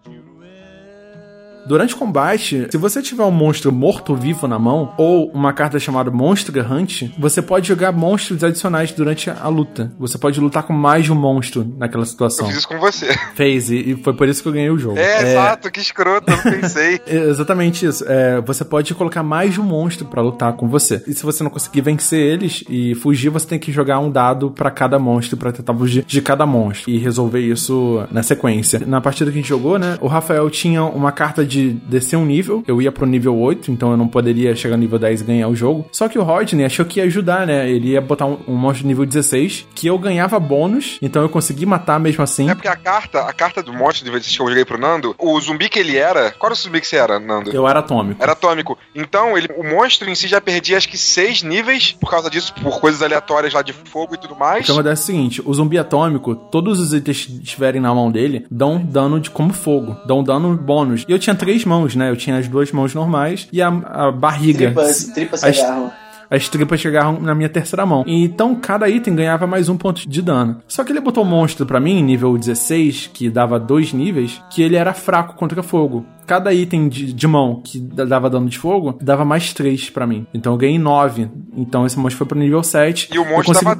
Durante o combate, se você tiver um monstro morto-vivo na mão, ou uma carta chamada Monster Hunt, você pode jogar monstros adicionais durante a luta. Você pode lutar com mais de um monstro naquela situação. Eu fiz isso com você. Fez, e foi por isso que eu ganhei o jogo. Exato, que escroto, eu não pensei. Exatamente isso. Você pode colocar mais de um monstro pra lutar com você. E se você não conseguir vencer eles e fugir, você tem que jogar um dado pra cada monstro, pra tentar fugir de cada monstro. E resolver isso na sequência. Na partida que a gente jogou, né, o Rafael tinha uma carta de descer um nível, eu ia pro nível 8, então eu não poderia chegar no nível 10 e ganhar o jogo. Só que o Rodney achou que ia ajudar, né? Ele ia botar um monstro de nível 16, que eu ganhava bônus, então eu consegui matar mesmo assim. É porque a carta do monstro de nível 16 que eu joguei pro Nando, o zumbi que ele era... Qual era o zumbi que você era, Nando? Eu era atômico. Era atômico. Então, o monstro em si já perdia acho que 6 níveis por causa disso, por coisas aleatórias lá de fogo e tudo mais. Então acontece o seguinte, o zumbi atômico, todos os itens que estiverem na mão dele, dão dano como fogo, dão dano bônus. E eu tinha 3 mãos, né? Eu tinha as 2 mãos normais e a barriga. Tripas se agarram. as tripas chegavam na minha terceira mão. Então, cada item ganhava mais 1 ponto de dano. Só que ele botou um monstro pra mim, nível 16, que dava 2 níveis, que ele era fraco contra fogo. Cada item de mão que dava dano de fogo, dava mais 3 pra mim. Então eu ganhei 9. Então esse monstro foi pro nível 7. E o monstro dava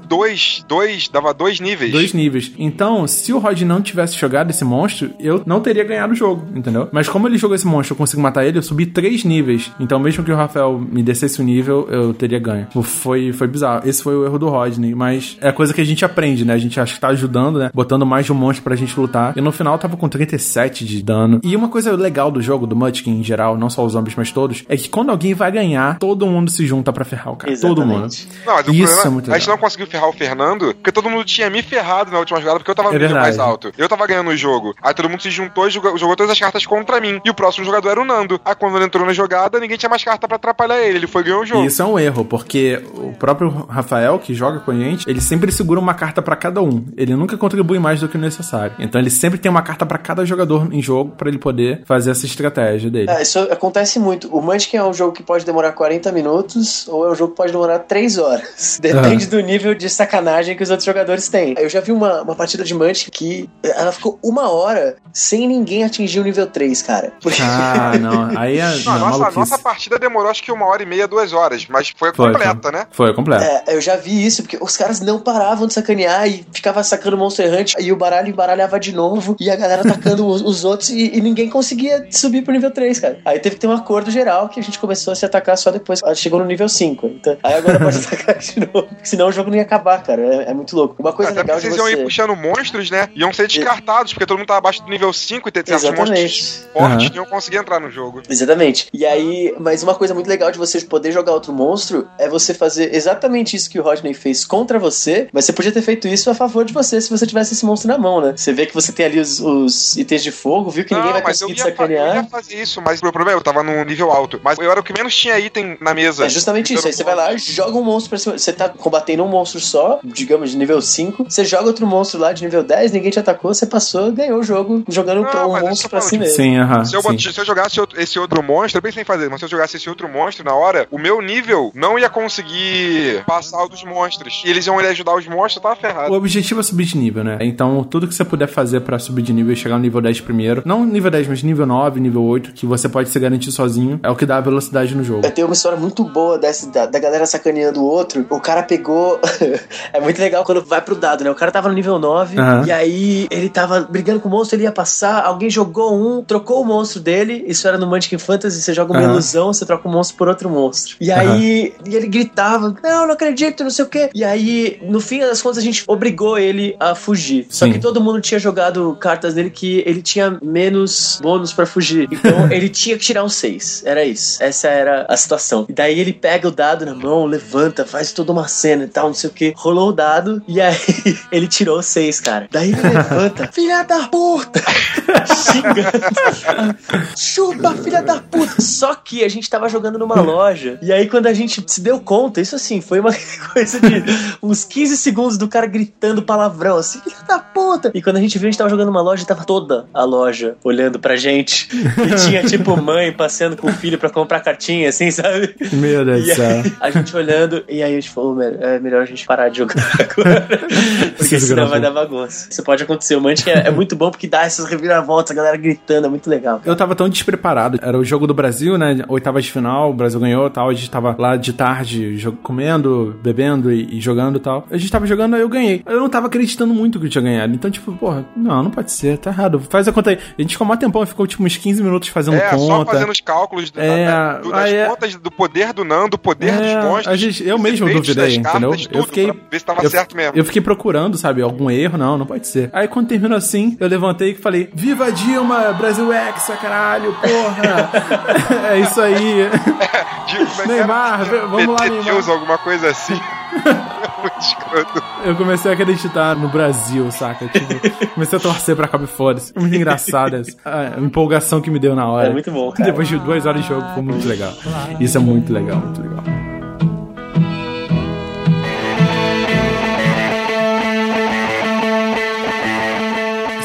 2 níveis. 2 níveis. Então, se o Rod não tivesse jogado esse monstro, eu não teria ganhado o jogo, entendeu? Mas como ele jogou esse monstro, eu consigo matar ele, eu subi 3 níveis. Então mesmo que o Rafael me descesse o nível, eu teria ganho. Foi bizarro. Esse foi o erro do Rodney. Mas é coisa que a gente aprende, né? A gente acha que tá ajudando, né? Botando mais de um monstro pra gente lutar. E no final tava com 37 de dano. E uma coisa legal do jogo, do Munchkin em geral, não só os zombies, mas todos, é que quando alguém vai ganhar, todo mundo se junta pra ferrar o cara. Exatamente. Todo mundo. Não, mas Isso problema, é muito legal. a gente não conseguiu ferrar o Fernando, porque todo mundo tinha me ferrado na última jogada, porque eu tava no nível mais alto. Eu tava ganhando o jogo. Aí todo mundo se juntou e jogou todas as cartas contra mim. E o próximo jogador era o Nando. Aí quando ele entrou na jogada, ninguém tinha mais carta pra atrapalhar ele. Ele foi e ganhou o jogo. E isso é um erro, porque o próprio Rafael, que joga com a gente, ele sempre segura uma carta pra cada um. Ele nunca contribui mais do que o necessário. Então ele sempre tem uma carta pra cada jogador em jogo pra ele poder fazer essa estratégia dele. Isso acontece muito. O Munchkin é um jogo que pode demorar 40 minutos ou é um jogo que pode demorar 3 horas. Depende do nível de sacanagem que os outros jogadores têm. Eu já vi uma partida de Munchkin que ela ficou 1 hora sem ninguém atingir o nível 3, cara. Porque... Ah, não. Aí é nossa partida demorou acho que 1h30, 2 horas, mas foi completa, né? Foi completa. Eu já vi isso, porque os caras não paravam de sacanear e ficava sacando Monster Hunt e o baralho embaralhava de novo e a galera atacando os outros e ninguém conseguia subir pro nível 3, cara. Aí teve que ter um acordo geral que a gente começou a se atacar só depois que chegou no nível 5. Então, aí agora pode atacar de novo. Senão o jogo não ia acabar, cara. É muito louco. Uma coisa legal de você... vocês iam ir puxando monstros, né? Iam ser descartados, porque todo mundo tava abaixo do nível 5 e ter certos monstros fortes que iam conseguir entrar no jogo. Exatamente. E aí, mas uma coisa muito legal de você poder jogar outro monstro é você fazer exatamente isso que o Rodney fez contra você, mas você podia ter feito isso a favor de você se você tivesse esse monstro na mão, né? Você vê que você tem ali os itens de fogo, viu que ninguém vai conseguir te sacanear. Eu ia fazer isso, mas o problema é que eu tava num nível alto. Mas eu era o que menos tinha item na mesa. É justamente isso. Aí você vai lá, joga um monstro pra cima. Você tá combatendo um monstro só, digamos, de nível 5. Você joga outro monstro lá de nível 10, ninguém te atacou, você passou, ganhou o jogo, jogando um monstro pra si mesmo. Sim, Se eu jogasse esse outro monstro, eu pensei em fazer, mas se eu jogasse esse outro monstro na hora, o meu nível não ia conseguir passar o dos monstros. E eles iam ajudar os monstros, eu tava ferrado. O objetivo é subir de nível, né? Então, tudo que você puder fazer pra subir de nível e chegar no nível 10 primeiro, não nível 10, mas nível 9, nível 8, que você pode se garantir sozinho, é o que dá a velocidade no jogo. Tem uma história muito boa da galera sacaneando o outro. O cara pegou... É muito legal quando vai pro dado, né? O cara tava no nível 9, e aí ele tava brigando com o monstro, ele ia passar, alguém jogou trocou o monstro dele, isso era no Munchkin Fantasy, você joga uma ilusão, você troca o monstro por outro monstro. E aí ele gritava, não acredito, não sei o quê. E aí, no fim das contas, a gente obrigou ele a fugir. Só que todo mundo tinha jogado cartas dele que ele tinha menos bônus pra fugir. Então ele tinha que tirar um 6. Era isso. Essa era a situação. E daí ele pega o dado na mão, levanta, faz toda uma cena e tal, não sei o que. Rolou o dado e aí ele tirou 6, cara. Daí ele levanta, filha da puta! Xingando. Chupa, filha da puta! Só que a gente tava jogando numa loja e aí quando a gente se deu conta, isso assim, foi uma coisa de uns 15 segundos do cara gritando palavrão, assim, filha da puta! E quando a gente viu, a gente tava jogando numa loja e tava toda a loja olhando pra gente. E tinha tipo mãe passeando com o filho pra comprar cartinha, assim, sabe? Meu Deus do céu. A gente olhando, e aí a gente falou, é melhor a gente parar de jogar agora. Porque senão vai dar bagunça. Isso pode acontecer. O Munchkin é muito bom porque dá essas reviravoltas, a galera gritando, é muito legal. Eu tava tão despreparado. Era o jogo do Brasil, né? Oitavas de final, o Brasil ganhou e tal. A gente tava lá de tarde comendo, bebendo e jogando e tal. A gente tava jogando, aí eu ganhei. Eu não tava acreditando muito que eu tinha ganhado. Então, tipo, porra, não pode ser, tá errado. Faz a conta aí. A gente ficou mó tempão, ficou tipo uns 15 minutos fazendo conta. Só fazendo os cálculos das contas do poder do Nando, do poder dos monstros. Eu mesmo duvidei, entendeu? Eu fiquei... Pra ver se tava certo mesmo. Eu fiquei procurando, sabe, algum erro. Não pode ser. Aí quando terminou assim, eu levantei e falei, viva Dilma, Brasil Hexa, caralho, porra. É isso aí. Neymar, vamos lá, Neymar. Alguma coisa assim. Muito escroto. Eu comecei a acreditar no Brasil, saca? Tipo, comecei a torcer pra Cabo Foda-se. Foi muito engraçado a empolgação que me deu na hora. É muito bom, cara. Depois de 2 horas de jogo, foi muito legal. Isso é muito legal, muito legal.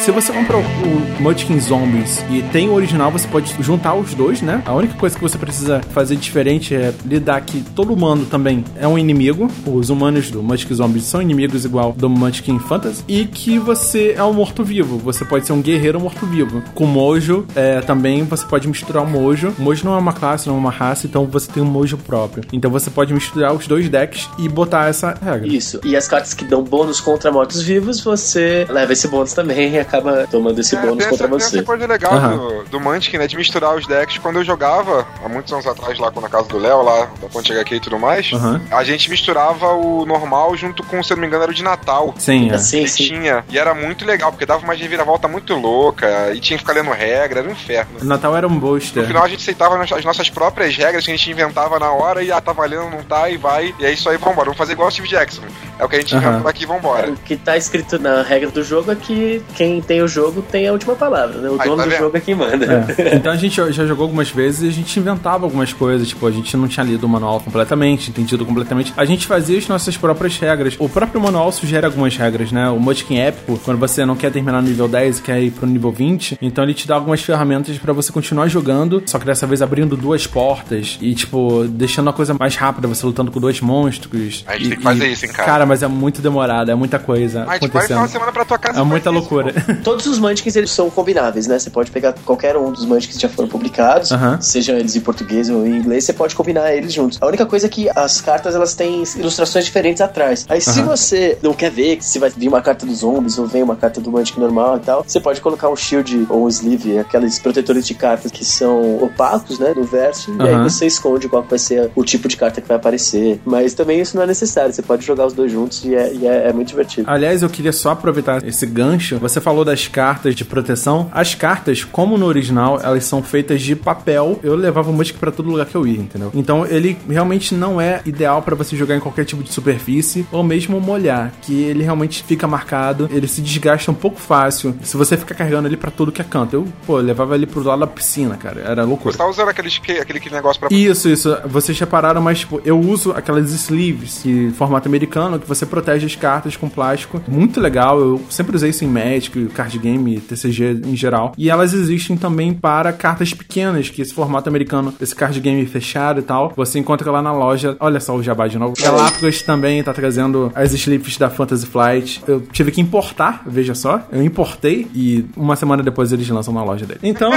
Se você compra o Munchkin Zombies e tem o original, você pode juntar os dois, né? A única coisa que você precisa fazer diferente é lidar que todo humano também é um inimigo. Os humanos do Munchkin Zombies são inimigos igual do Munchkin Fantasy. E que você é um morto-vivo. Você pode ser um guerreiro morto-vivo. Com Mojo, também você pode misturar o Mojo. O Mojo não é uma classe, não é uma raça, então você tem um Mojo próprio. Então você pode misturar os dois decks e botar essa regra. Isso. E as cartas que dão bônus contra mortos-vivos, você leva esse bônus também e acaba tomando esse bônus contra você. Essa coisa legal do Munchkin, né? De misturar os decks. Quando eu jogava, há muitos anos atrás, lá na casa do Léo, lá da Ponte HQ e tudo mais, a gente misturava o normal junto com, se eu não me engano, era o de Natal. Sim, sim. Tinha. E era muito legal, porque dava uma reviravolta muito louca, e tinha que ficar lendo regra, era um inferno. Natal era um booster. No final a gente aceitava as nossas próprias regras que a gente inventava na hora, e tá valendo, não tá, e vai. E é isso aí, vambora. Vamos fazer igual o Steve Jackson. É o que a gente inventou aqui, vambora. O que tá escrito na regra do jogo é que quem tem o jogo tem a última palavra, né? O dono do jogo é quem manda. Então a gente já jogou algumas vezes e a gente inventava algumas coisas, tipo, a gente não tinha lido o manual completamente, entendido completamente. A gente fazia as nossas próprias regras. O próprio manual sugere algumas regras, né? O Munchkin Épico, quando você não quer terminar no nível 10 e quer ir pro nível 20, então ele te dá algumas ferramentas pra você continuar jogando, só que dessa vez abrindo 2 portas e, tipo, deixando a coisa mais rápida, você lutando com 2 monstros. A gente tem que fazer isso, hein, cara? Cara, mas é muito demorado, é muita coisa a gente vai ficar uma semana pra tua casa. É muita loucura. Todos os Munchkins, eles são combináveis, né? Você pode pegar qualquer um dos Munchkins que já foram publicados, sejam eles em português ou em inglês, você pode combinar eles juntos. A única coisa é que as cartas, elas têm ilustrações diferentes atrás. Aí se você não quer ver se vai vir uma carta dos zombies ou vem uma carta do Munchkin normal e tal, você pode colocar um shield ou um sleeve, aqueles protetores de cartas que são opacos, né, no verso, e aí você esconde qual vai ser o tipo de carta que vai aparecer. Mas também isso não é necessário, você pode jogar os dois juntos e é muito divertido. Aliás, eu queria só aproveitar esse gancho. Você falou das cartas de proteção. As cartas, como no original, elas são feitas de papel. Eu levava o Munchkin pra todo lugar que eu ia, entendeu? Então ele realmente não é ideal pra você jogar em qualquer tipo de superfície ou mesmo molhar, que ele realmente fica marcado, ele se desgasta um pouco fácil se você ficar carregando ele pra tudo que é canto. Eu, levava ele pro lado da piscina, cara. Era loucura. Você tá usando aquele negócio pra... Isso. Vocês repararam, mas, tipo, eu uso aquelas sleeves de formato americano que você protege as cartas com plástico. Muito legal. Eu sempre usei isso em Magic, card game, TCG em geral. E elas existem também para cartas pequenas, que esse formato americano, esse card game fechado e tal, você encontra lá na loja. Olha só o jabá de novo. Galápagos também tá trazendo as sleeves da Fantasy Flight. Eu tive que importar, veja só. Eu importei e uma semana depois eles lançam na loja dele. Então...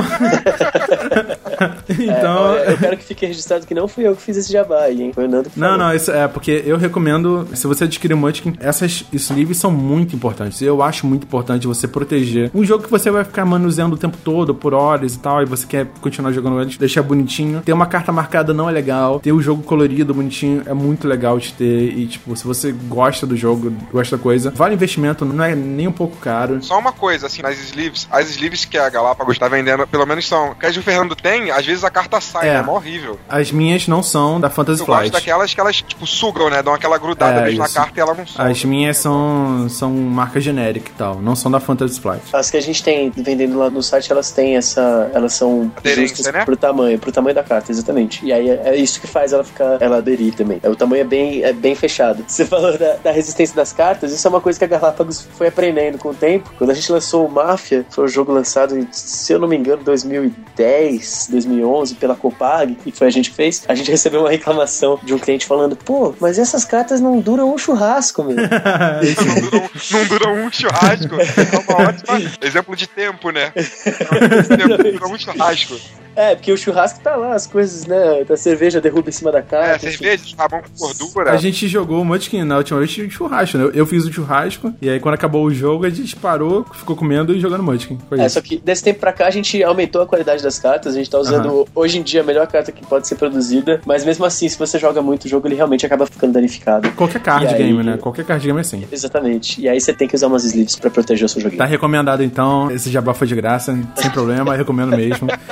eu quero que fique registrado que não fui eu que fiz esse jabá aí, hein? Foi o Nando que falou. Não, isso é porque eu recomendo, se você adquirir o Munchkin, essas sleeves são muito importantes. Eu acho muito importante você proteger um jogo que você vai ficar manuseando o tempo todo, por horas e tal, e você quer continuar jogando eles, deixar bonitinho. Ter uma carta marcada não é legal. Ter o jogo colorido, bonitinho, é muito legal de ter. E, tipo, se você gosta do jogo, gosta da coisa, vale investimento, não é nem um pouco caro. Só uma coisa, assim, nas sleeves, as sleeves que a Galápagos tá vendendo, pelo menos são, que as o Fernando tem, às vezes a carta sai, é mó horrível. As minhas não são da Fantasy Flight. Eu gosto daquelas que elas, tipo, sugam, né? Dão aquela grudada mesmo na carta e ela não solta. As minhas são marca genérica e tal, não são da Fantasy Flight. As que a gente tem vendendo lá no site, elas têm elas são justas, né? pro tamanho da carta, exatamente. E aí é isso que faz ela aderir também. O tamanho é bem fechado. Você falou da resistência das cartas, isso é uma coisa que a Galápagos foi aprendendo com o tempo. Quando a gente lançou o Máfia, foi um jogo lançado em, se eu não me engano, 2010, 2011, pela Copag, e foi a gente que fez, a gente recebeu uma reclamação de um cliente falando, pô, mas essas cartas não duram um churrasco, meu. não duram um churrasco. É uma ótima exemplo de tempo, né? Não dura um churrasco. Porque o churrasco tá lá, as coisas, né, da cerveja derruba em cima da carta. Cerveja, sabão com gordura. A gente jogou o Munchkin na última vez de churrasco, né? Eu fiz o churrasco, e aí quando acabou o jogo, a gente parou, ficou comendo e jogando Munchkin. Só que desse tempo pra cá, a gente aumentou a qualidade das cartas, a gente tá usando, hoje em dia, a melhor carta que pode ser produzida, mas mesmo assim, se você joga muito o jogo, ele realmente acaba ficando danificado. Qualquer card game, né? Qualquer card game é assim. Exatamente. E aí você tem que usar umas sleeves pra proteger o seu joguinho. Tá recomendado, então. Esse jabá foi de graça, sem problema, eu recomendo mesmo. É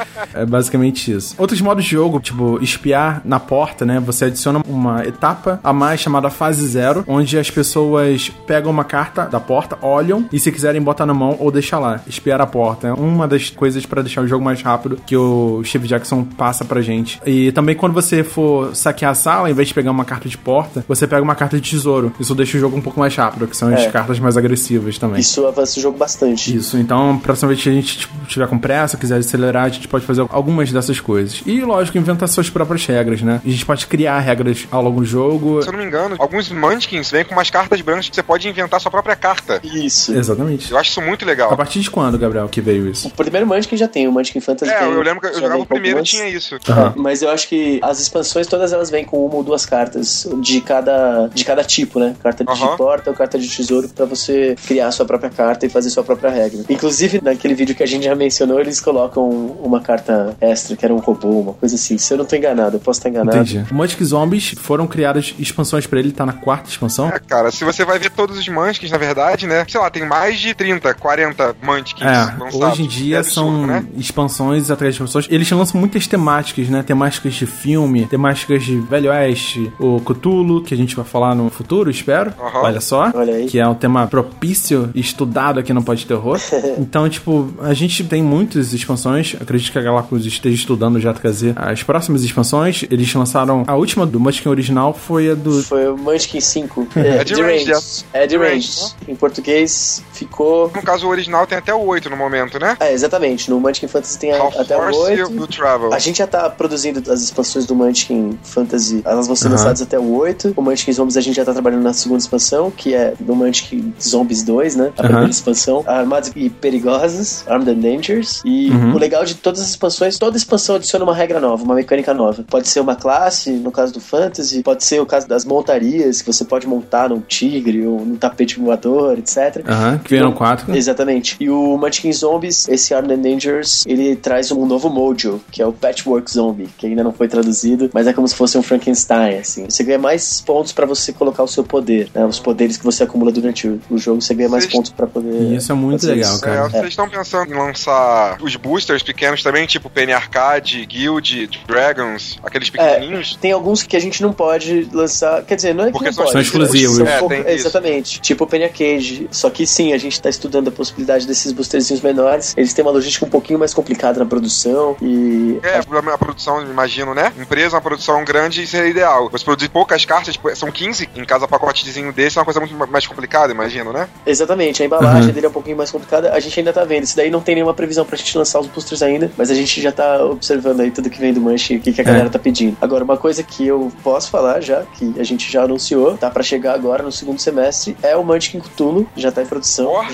basicamente isso. Outros modos de jogo, tipo espiar na porta, né? Você adiciona uma etapa a mais chamada fase 0, onde as pessoas pegam uma carta da porta, olham e se quiserem botar na mão ou deixar lá, espiar a porta. É uma das coisas pra deixar o jogo mais rápido que o Steve Jackson passa pra gente. E também quando você for saquear a sala, em vez de pegar uma carta de porta, você pega uma carta de tesouro. Isso deixa o jogo um pouco mais rápido, que são as cartas mais agressivas também. Isso avança o jogo bastante. Isso, então, próxima vez que a gente tiver com pressa, quiser acelerar, a gente pode fazer algumas dessas coisas. E, lógico, inventar suas próprias regras, né? A gente pode criar regras ao longo do jogo. Se eu não me engano, alguns Munchkins vêm com umas cartas brancas que você pode inventar sua própria carta. Isso. Exatamente. Eu acho isso muito legal. A partir de quando, Gabriel, que veio isso? O primeiro Munchkin já tem, o Munchkin Fantasy tem. Eu lembro que eu jogava o primeiro e tinha isso. Mas eu acho que as expansões, todas elas vêm com uma ou duas cartas de cada tipo, né? Carta de porta ou carta de tesouro pra você criar a sua própria carta e fazer sua própria regra. Inclusive, naquele vídeo que a gente já mencionou, eles colocam uma carta extra, que era um robô, uma coisa assim. Se eu não tô enganado, eu posso estar enganado. Entendi. O Munchkin Zombies foram criadas expansões pra ele, tá na 4ª expansão. Cara, se você vai ver todos os Munchkins, na verdade, né? Sei lá, tem mais de 30, 40 Munchkins lançados. Hoje em dia absurdo, são expansões atrás de expansões. Eles lançam muitas temáticas, né? Temáticas de filme, temáticas de Velho Oeste, o Cthulhu, que a gente vai falar no futuro, espero. Olha só. Olha aí. Que é um tema propício e estudado aqui no Pod Terror. Então, tipo, a gente tem muitas expansões. Acredito que a Galápagos esteja estudando já trazer as próximas expansões. Eles lançaram a última do Munchkin original, foi a do... Foi o Munchkin 5. É de Range. Em português ficou... No caso, o original tem até o 8 no momento, né? Exatamente. No Munchkin Fantasy tem até o 8. E o Travel. A gente já tá produzindo as expansões do Munchkin Fantasy. Elas vão ser lançadas até o 8. O Munchkin Zombies a gente já tá trabalhando na segunda expansão, que é do Munchkin Zombies 2, né? A primeira expansão. Armados e Perigosos, Armed and Dangerous. E o legal de todas as expansões, toda expansão adiciona uma regra nova, uma mecânica nova. Pode ser uma classe, no caso do Fantasy, pode ser o caso das montarias, que você pode montar num tigre ou num tapete voador, etc. Que vieram 4. Exatamente. E o Munchkin Zombies, esse Armed and Dangerous, ele traz um novo mojo, que é o Patchwork Zombie, que ainda não foi traduzido, mas é como se fosse um Frankenstein, assim. Você ganha mais pontos pra você colocar o seu poder, né? Os poderes que você acumula durante o jogo, você ganha mais pontos pra poder... Isso é muito legal, cara. Vocês estão pensando em lançar os boosters pequenos também, tipo Penny Arcade, Guild, Dragons, aqueles pequenininhos? Tem alguns que a gente não pode lançar, quer dizer, não é que não pode. São exclusivos. Exatamente. Tipo o Penny Arcade. Só que sim, a gente tá estudando a possibilidade desses boosterzinhos menores. Eles têm uma logística um pouquinho mais complicada na produção e... a produção, imagino, né? Empresa, uma produção grande seria ideal. Você produzir poucas cartas, tipo, são 15 em cada pacotezinho desse, é uma coisa muito mais complicada, imagino, né? Exatamente. A embalagem dele é um pouquinho mais complicada. A gente ainda tá vendo. Isso daí não tem nenhuma previsão pra gente lançar os boosters ainda, mas a gente já tá observando aí tudo que vem do Munch e o que a galera tá pedindo. Agora, uma coisa que eu posso falar já, que a gente já anunciou, tá pra chegar agora no segundo semestre, é o Munchkin Cthulhu, já tá em produção. Olha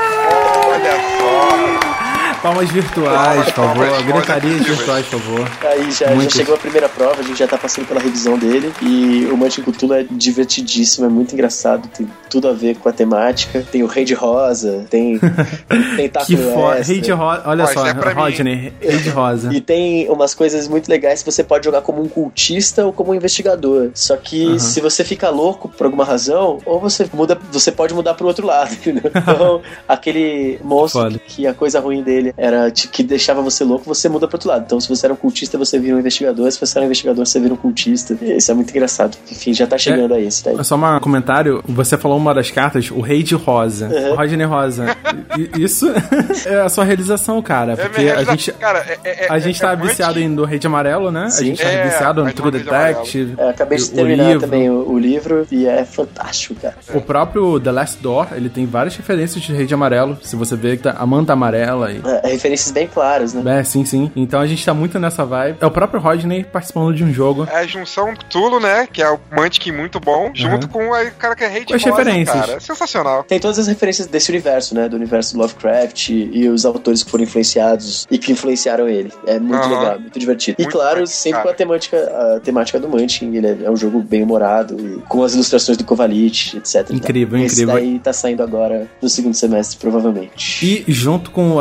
só! Palmas virtuais, por favor. Gritarias virtuais, por favor. Aí já chegou a primeira prova, a gente já tá passando pela revisão dele. E o Munchkin Cthulhu é divertidíssimo, é muito engraçado, tem tudo a ver com a temática. Tem o Rei de Rosa, tem Tentáculo Extra. Rei de Rosa, olha só, Rodney, Rei de Rosa. E tem umas coisas muito legais que você pode jogar como um cultista ou como um investigador. Só que se você fica louco por alguma razão, ou você pode mudar pro outro lado, entendeu? Então, aquele monstro que a coisa ruim dele era que deixava você louco, você muda pro outro lado. Então, se você era um cultista, você vira um investigador. Se você era um investigador, você vira um cultista. Isso é muito engraçado. Enfim, já tá chegando aí. Isso daí. Só um comentário. Você falou uma das cartas, o Rei de Rosa. O Rodney Rosa. Isso é a sua realização, cara. Porque a gente tá viciado no Rei de Amarelo, né? Sim. A gente tá viciado no True Detective. Acabei de terminar também o livro e é fantástico, cara. O próprio The Last Door, ele tem várias referências de Rei de Amarelo. Se você vê que tá a manta amarela e... referências bem claras, né? Sim. Então a gente tá muito nessa vibe. É o próprio Rodney participando de um jogo. É a junção Cthulhu, né? Que é o Munchkin muito bom, junto com o cara que é Rei de Rosa, referências. cara. É sensacional. Tem todas as referências desse universo, né? Do universo Lovecraft e os autores que foram influenciados e que influenciaram ele. É muito legal, muito divertido. Muito claro, sempre com a temática do Munchkin. Ele é um jogo bem humorado e com as ilustrações do Kovalich, etc. Incrível. Esse daí tá saindo agora no segundo semestre, provavelmente. E junto com o Eldritch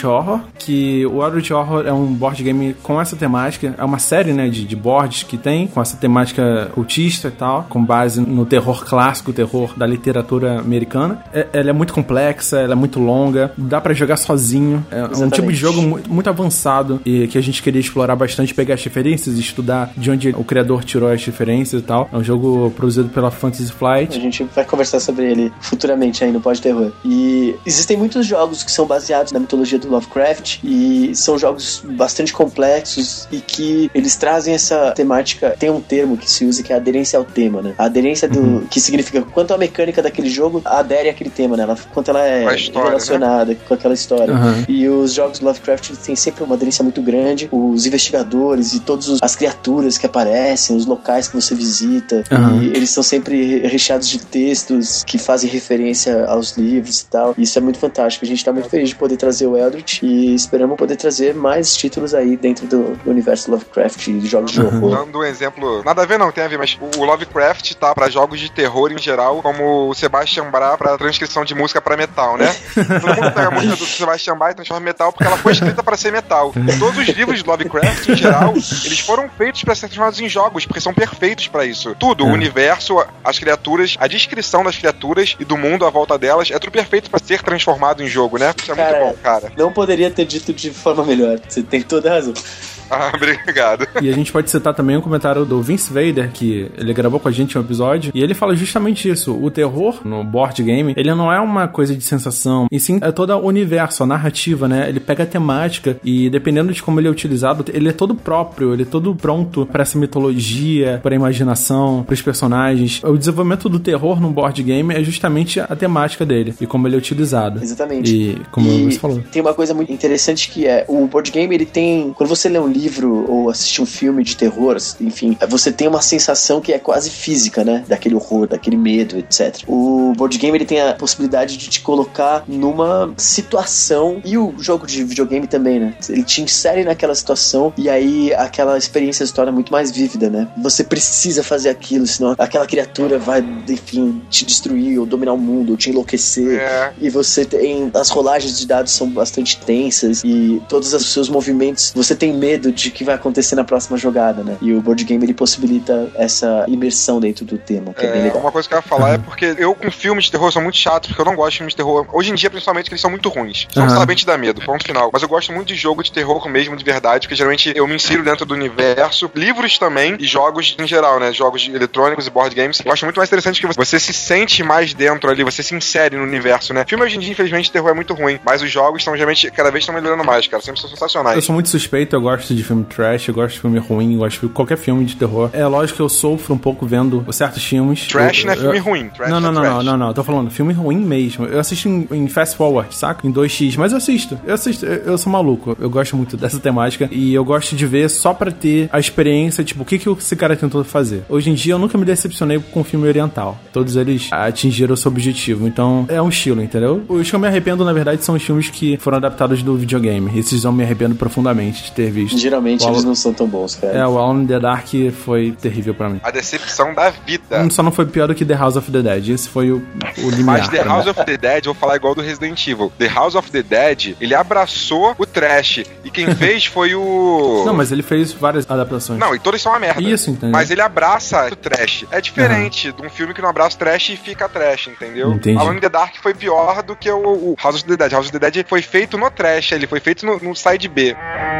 Horror, que o Eldritch Horror é um board game com essa temática, é uma série, né, de boards que tem, com essa temática cultista e tal, com base no terror clássico, terror da literatura americana. Ela é muito complexa, ela é muito longa, dá pra jogar sozinho, é um tipo de jogo muito avançado e que a gente queria explorar bastante, pegar as referências, estudar de onde o criador tirou as referências e tal. É um jogo produzido pela Fantasy Flight. A gente vai conversar sobre ele futuramente aí no Pod Terror. E existem muitos jogos que são baseados na mitologia do Lovecraft e são jogos bastante complexos e que eles trazem essa temática. Tem um termo que se usa que é aderência ao tema, né? A aderência do que significa quanto a mecânica daquele jogo adere àquele tema, né? Quanto ela é relacionada, né, com aquela história. E os jogos do Lovecraft têm sempre uma aderência muito grande. Os investigadores e todas as criaturas que aparecem, os locais que você visita, e eles são sempre recheados de textos que fazem referência aos livros e tal. E isso é muito fantástico. A gente tá muito feliz de poder trazer o Eldritch e esperamos poder trazer mais títulos aí dentro do universo Lovecraft e de jogos de horror. Dando um exemplo, nada a ver não, tem a ver, mas o Lovecraft tá pra jogos de terror em geral, como o Sebastian Bach pra transcrição de música pra metal, né? Todo mundo pega a música do Sebastian Bach e transforma em metal porque ela foi escrita pra ser metal. Todos os livros de Lovecraft, em geral, eles foram feitos pra ser transformados em jogos, porque são perfeitos pra isso. Tudo, o universo, as criaturas, a descrição das criaturas e do mundo à volta delas, é tudo perfeito pra ser transformado em jogo, né? Isso é muito bom, cara. Não poderia ter dito de forma melhor. Você tem toda a razão. Ah, obrigado. E a gente pode citar também um comentário do Vince Vader, que ele gravou com a gente um episódio, e ele fala justamente isso. O terror no board game, ele não é uma coisa de sensação, e sim é todo o universo, a narrativa, né? Ele pega a temática e dependendo de como ele é utilizado, ele é todo próprio, ele é todo pronto pra essa mitologia, pra imaginação, pros personagens. O desenvolvimento do terror no board game é justamente a temática dele e como ele é utilizado. Exatamente. E como você falou. Tem uma coisa muito interessante que é, o board game, ele tem, quando você lê um livro ou assistir um filme de terror, enfim, você tem uma sensação que é quase física, né? Daquele horror, daquele medo, etc. O board game, ele tem a possibilidade de te colocar numa situação, e o jogo de videogame também, né? Ele te insere naquela situação e aí aquela experiência se torna muito mais vívida, né? Você precisa fazer aquilo, senão aquela criatura vai, enfim, te destruir ou dominar o mundo, ou te enlouquecer. E você tem, as rolagens de dados são bastante tensas e todos os seus movimentos, você tem medo de que vai acontecer na próxima jogada, né? E o board game, ele possibilita essa imersão dentro do tema, que é bem legal. Uma coisa que eu ia falar é porque eu com filmes de terror sou muito chato, porque eu não gosto de filmes de terror. Hoje em dia, principalmente, que eles são muito ruins. Não necessariamente dá medo, ponto final. Mas eu gosto muito de jogo de terror mesmo, de verdade, porque geralmente eu me insiro dentro do universo. Livros também, e jogos em geral, né? Jogos eletrônicos e board games. Eu acho muito mais interessante que você se sente mais dentro ali, você se insere no universo, né? Filme hoje em dia, infelizmente, de terror é muito ruim, mas os jogos estão geralmente, cada vez estão melhorando mais, cara. Sempre são sensacionais. Eu sou muito suspeito, eu gosto de filme trash, eu gosto de filme ruim, eu gosto de qualquer filme de terror. É lógico que eu sofro um pouco vendo certos filmes. Trash não é filme ruim. Trash não. Tô falando filme ruim mesmo. Eu assisto em fast forward, saca? Em 2x, mas eu assisto. Eu sou maluco. Eu gosto muito dessa temática e eu gosto de ver só pra ter a experiência, tipo, o que esse cara tentou fazer. Hoje em dia eu nunca me decepcionei com filme oriental. Todos eles atingiram o seu objetivo. Então, é um estilo, entendeu? Os que eu me arrependo, na verdade, são os filmes que foram adaptados do videogame. Esses eu me arrependo profundamente de ter visto. Geralmente eles não são tão bons, cara. O Alone in the Dark foi terrível pra mim. A decepção da vida. Só não foi pior do que The House of the Dead. Esse foi o limiar. Mas The House of the Dead, eu vou falar igual do Resident Evil. The House of the Dead, ele abraçou o trash. E quem fez foi o... Não, mas ele fez várias adaptações. Não, e todas são uma merda. Isso, entendeu? Mas ele abraça o trash. É diferente de um filme que não abraça o trash e fica trash, entendeu? Entendi. Alone in the Dark foi pior do que o House of the Dead. House of the Dead foi feito no trash, ele foi feito no side B.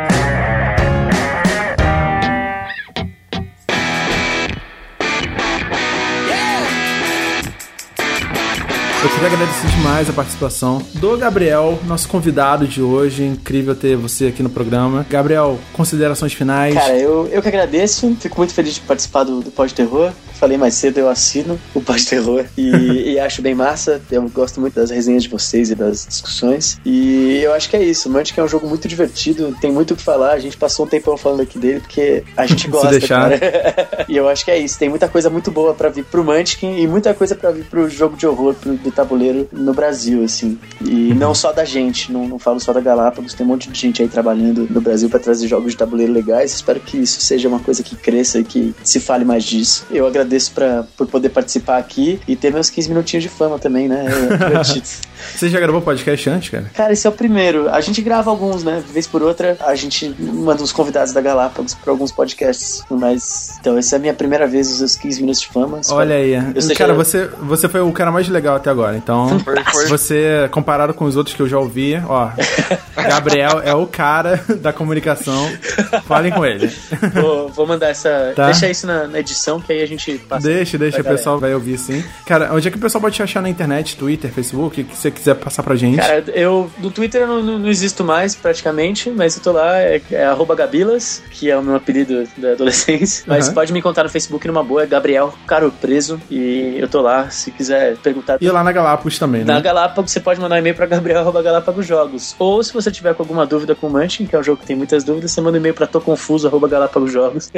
Eu queria agradecer demais a participação do Gabriel, nosso convidado de hoje. Incrível ter você aqui no programa. Gabriel, considerações finais? Cara, eu que agradeço. Fico muito feliz de participar do Pod Terror. Falei mais cedo, eu assino o Pod Terror e acho bem massa. Eu gosto muito das resenhas de vocês e das discussões. E eu acho que é isso. O Mantic é um jogo muito divertido, tem muito o que falar. A gente passou um tempão falando aqui dele porque a gente gosta, cara. E eu acho que é isso. Tem muita coisa muito boa pra vir pro Mantic e muita coisa pra vir pro jogo de horror do tabuleiro no Brasil, assim. E não só da gente, não falo só da Galápagos. Tem um monte de gente aí trabalhando no Brasil pra trazer jogos de tabuleiro legais. Espero que isso seja uma coisa que cresça e que se fale mais disso. Eu agradeço agradeço por poder participar aqui e ter meus 15 minutinhos de fama também, né? É divertido. Você já gravou podcast antes, cara? Cara, esse é o primeiro. A gente grava alguns, né? De vez por outra, a gente manda uns convidados da Galápagos pra alguns podcasts. Mas, então, essa é a minha primeira vez, os 15 minutos de fama. Olha aí. Cara, você foi o cara mais legal até agora. Então, você, comparado com os outros que eu já ouvi, ó, Gabriel é o cara da comunicação. Falem com ele. Vou mandar essa... Tá. Deixa isso na edição, que aí a gente passa. Deixa, o pessoal vai ouvir, sim. Cara, onde é que o pessoal pode te achar na internet? Twitter, Facebook, o que você quiser passar pra gente? Cara, no Twitter eu não existo mais, praticamente, mas eu tô lá, é @Gabilas, que é o meu apelido da adolescência. Mas pode me encontrar no Facebook numa boa, é Gabriel Caro Preso, e eu tô lá, se quiser perguntar. E lá na Galápagos também, né? Na Galápagos, você pode mandar um e-mail pra gabriel@galapagosjogos. Ou se você tiver com alguma dúvida com o Munchkin, que é um jogo que tem muitas dúvidas, você manda um e-mail pra toconfuso@galapagosjogos.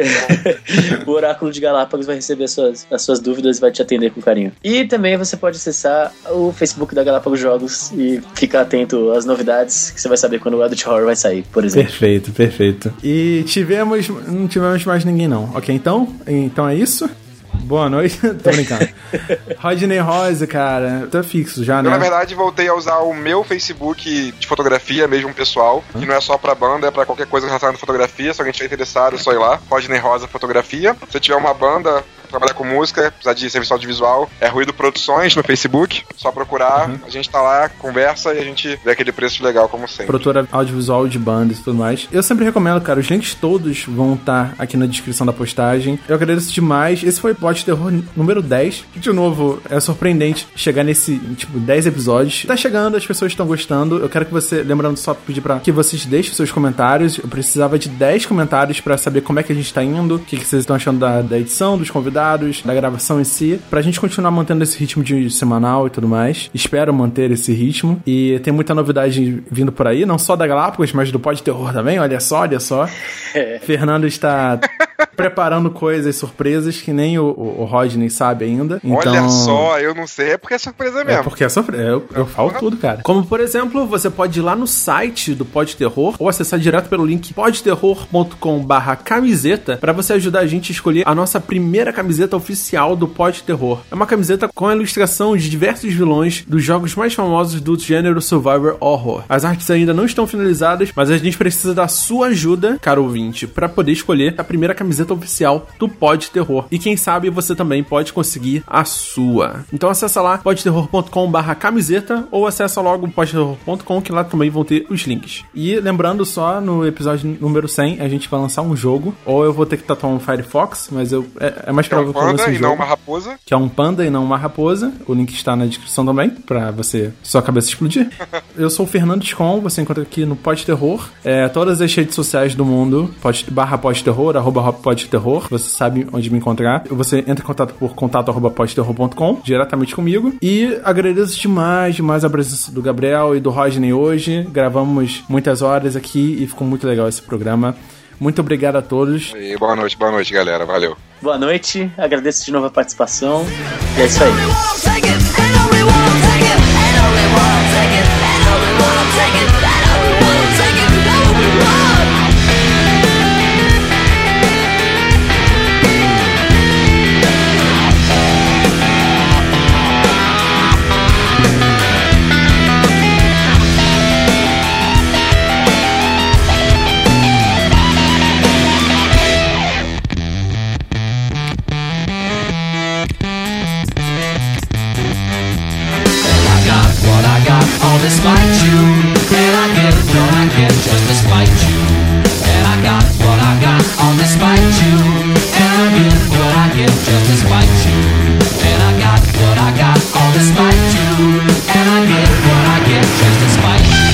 O Oráculo de Galápagos vai receber as suas dúvidas e vai te atender com carinho. E também você pode acessar o Facebook da Galápagos Jogos e ficar atento às novidades, que você vai saber quando o Adult Horror vai sair, por exemplo. Perfeito. E não tivemos mais ninguém não. Ok, então é isso? Boa noite. Tô brincando. Rodney Rosa, cara, tá fixo já, né? Eu, na verdade, voltei a usar o meu Facebook de fotografia, mesmo pessoal, que não é só pra banda, é pra qualquer coisa relacionada à fotografia. Se alguém estiver interessado, é só ir lá. Rodney Rosa Fotografia. Se tiver uma banda, trabalhar com música, precisar de serviço audiovisual, é Ruído Produções no Facebook. Só procurar, a gente tá lá, conversa e a gente vê aquele preço legal, como sempre. Produtora audiovisual de bandas e tudo mais. Eu sempre recomendo, cara, os links todos vão estar aqui na descrição da postagem. Eu agradeço demais. Esse foi o Pod Terror número 10. De novo, é surpreendente chegar nesse, 10 episódios. Tá chegando, as pessoas estão gostando. Eu quero que você, lembrando só, pedir pra que vocês deixem seus comentários. Eu precisava de 10 comentários pra saber como é que a gente tá indo, o que vocês estão achando da edição, dos convidados, da gravação em si, pra gente continuar mantendo esse ritmo de semanal e tudo mais. Espero manter esse ritmo. E tem muita novidade vindo por aí, não só da Galápagos, mas do Pod Terror também. Olha só. Fernando está preparando coisas, surpresas, que nem o Rodney sabe ainda. Então, olha só, eu não sei, é porque é surpresa mesmo. É porque é surpresa, eu falo tudo, cara. Como, por exemplo, você pode ir lá no site do Pod Terror ou acessar direto pelo link podterror.com/camiseta pra você ajudar a gente a escolher a nossa primeira camiseta oficial do Pod Terror. É uma camiseta com a ilustração de diversos vilões dos jogos mais famosos do gênero Survivor Horror. As artes ainda não estão finalizadas, mas a gente precisa da sua ajuda, caro ouvinte, pra poder escolher a primeira camiseta oficial do Pod Terror. E quem sabe você também pode conseguir a sua. Então acessa lá podterror.com/camiseta ou acessa logo podterror.com, que lá também vão ter os links. E lembrando só, no episódio número 100 a gente vai lançar um jogo, ou eu vou ter que tatuar um Firefox, mas é mais provável que eu lance um jogo. Não uma raposa. Que é um panda e não uma raposa. O link está na descrição também, pra você, sua cabeça explodir. Eu sou o Fernando Scon, você encontra aqui no Pod Terror. Todas as redes sociais do mundo, /podterror, @podterror, você sabe onde me encontrar. Você entra em contato por contato@podterror.com, diretamente comigo. E agradeço demais a presença do Gabriel e do Rodney hoje. Gravamos muitas horas aqui e ficou muito legal esse programa. Muito obrigado a todos. E boa noite, galera. Valeu. Boa noite, agradeço de novo a participação. E é isso aí. Despite you, and I get what I get just despite you. And I got what I got all despite you. And I get what I get just despite you. And I got what I got all despite you. And I get what I get just despite you.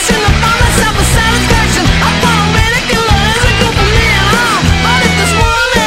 But if this woman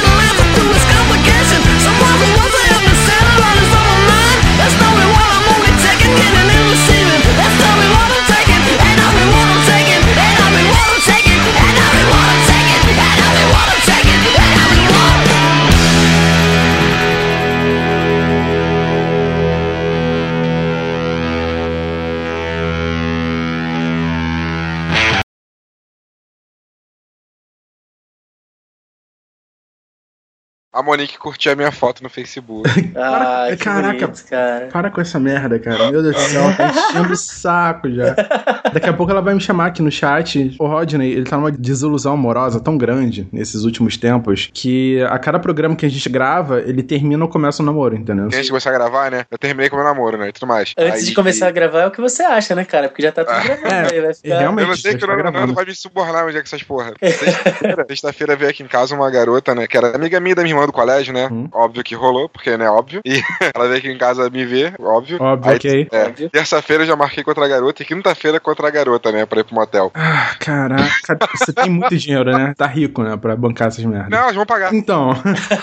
A Monique curtiu a minha foto no Facebook. Caraca, bonito, cara. para com essa merda, cara. Meu Deus do céu, tá enchendo o saco já. Daqui a pouco ela vai me chamar aqui no chat. O Rodney, ele tá numa desilusão amorosa tão grande nesses últimos tempos que a cada programa que a gente grava, ele termina ou começa um namoro, entendeu? Antes de começar a gravar, né? Eu terminei com o meu namoro, né? E tudo mais. Antes de começar a gravar é o que você acha, né, cara? Porque já tá tudo gravando aí, vai ficar... realmente, eu não sei que o Nando vai me subornar onde é que essas porra. Sexta-feira veio aqui em casa uma garota, né? Que era amiga minha da minha irmã do colégio, né? Óbvio que rolou, porque, né? Óbvio. E ela veio aqui em casa me ver, óbvio. Óbvio, aí, ok. Terça-feira eu já marquei contra a garota e quinta-feira contra a garota, né? Pra ir pro motel. Ah, caraca. Você tem muito dinheiro, né? Tá rico, né? Pra bancar essas merdas. Não, elas vão pagar. Então.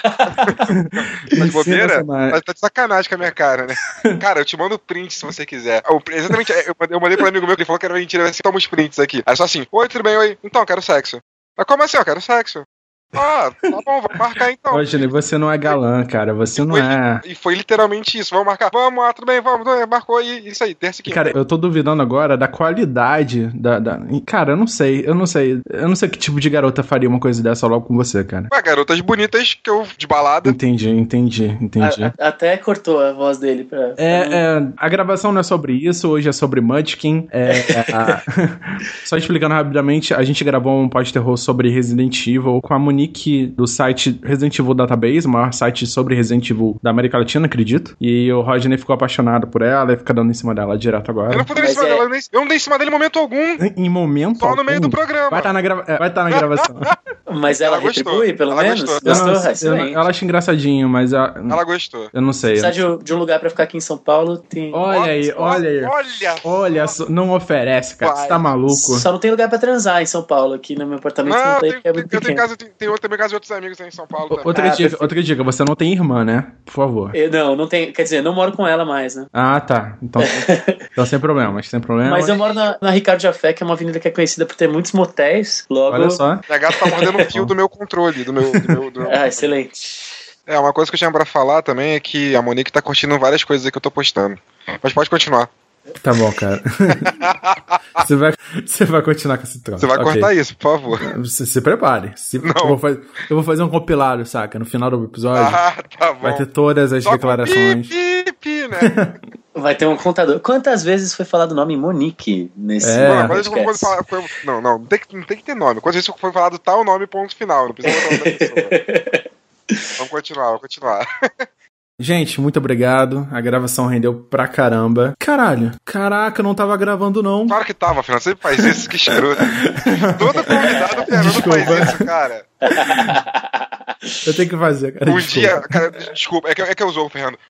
Mas bobeira, tá de sacanagem com a minha cara, né? Cara, eu te mando print se você quiser. Exatamente, eu mandei pro amigo meu que ele falou que era mentira, assim, toma os prints aqui. Aí só assim, oi, tudo bem, oi? Então, quero sexo. Mas como assim, eu quero sexo? Ah, tá bom, vamos marcar então. Ô, Gene, você não é galã, cara, você não é... E foi literalmente isso, vamos marcar. Vamos, tudo bem, vamos, marcou aí, isso aí, terça e quinta. Cara, eu tô duvidando agora da qualidade da... Cara, eu não sei que tipo de garota faria uma coisa dessa logo com você, cara. Ué, garotas bonitas que eu, de balada. Entendi. Até cortou a voz dele pra... A gravação não é sobre isso, hoje é sobre Munchkin. Só explicando rapidamente, a gente gravou um pós-terror sobre Resident Evil com a Monique do site Resident Evil Database, o maior site sobre Resident Evil da América Latina, acredito. E o Rodney ficou apaixonado por ela e fica dando em cima dela direto agora. Eu não fui em cima dela, eu não dei em cima dele em momento algum. Em momento Só algum? no meio do programa. Vai estar na gravação. Mas ela retribui, pelo menos? Gostou? Ela acha engraçadinho, mas... Ela gostou. Eu não sei. Se precisa de um lugar pra ficar aqui em São Paulo, tem... Olha, não oferece, cara. Você tá maluco? Só não tem lugar pra transar em São Paulo. Aqui no meu apartamento não tem, porque é muito pequeno. Tem também casa de outros amigos aí em São Paulo. Outra dica, você não tem irmã, né? Por favor. Não tenho. Quer dizer, não moro com ela mais, né? Ah, tá. Então sem problemas. Mas eu moro na Ricardo Jafé, que é uma avenida que é conhecida por ter muitos motéis. Logo... Olha só. Minha gata tá mordendo o fio do meu controle, do meu excelente. Uma coisa que eu tinha pra falar também é que a Monique tá curtindo várias coisas aí que eu tô postando. Mas pode continuar. Tá bom, cara. Você vai continuar com esse troço. Você vai cortar isso, por favor. Se prepare. Eu vou fazer um compilado, saca? No final do episódio. Tá bom. Vai ter todas as declarações. Né? Vai ter um contador. Quantas vezes foi falado o nome Monique nesse podcast? Não tem que ter nome. Quantas vezes foi falado tal nome, ponto final. Não precisa botar o nome da pessoa. Vamos continuar. Gente, muito obrigado. A gravação rendeu pra caramba. Caraca, eu não tava gravando, não. Claro que tava, Fernando. Você faz isso, que cheiroso. Todo convidado, Fernando, faz isso, cara. Eu tenho que fazer, cara. Dia, cara, desculpa, é que eu usou o Fernando.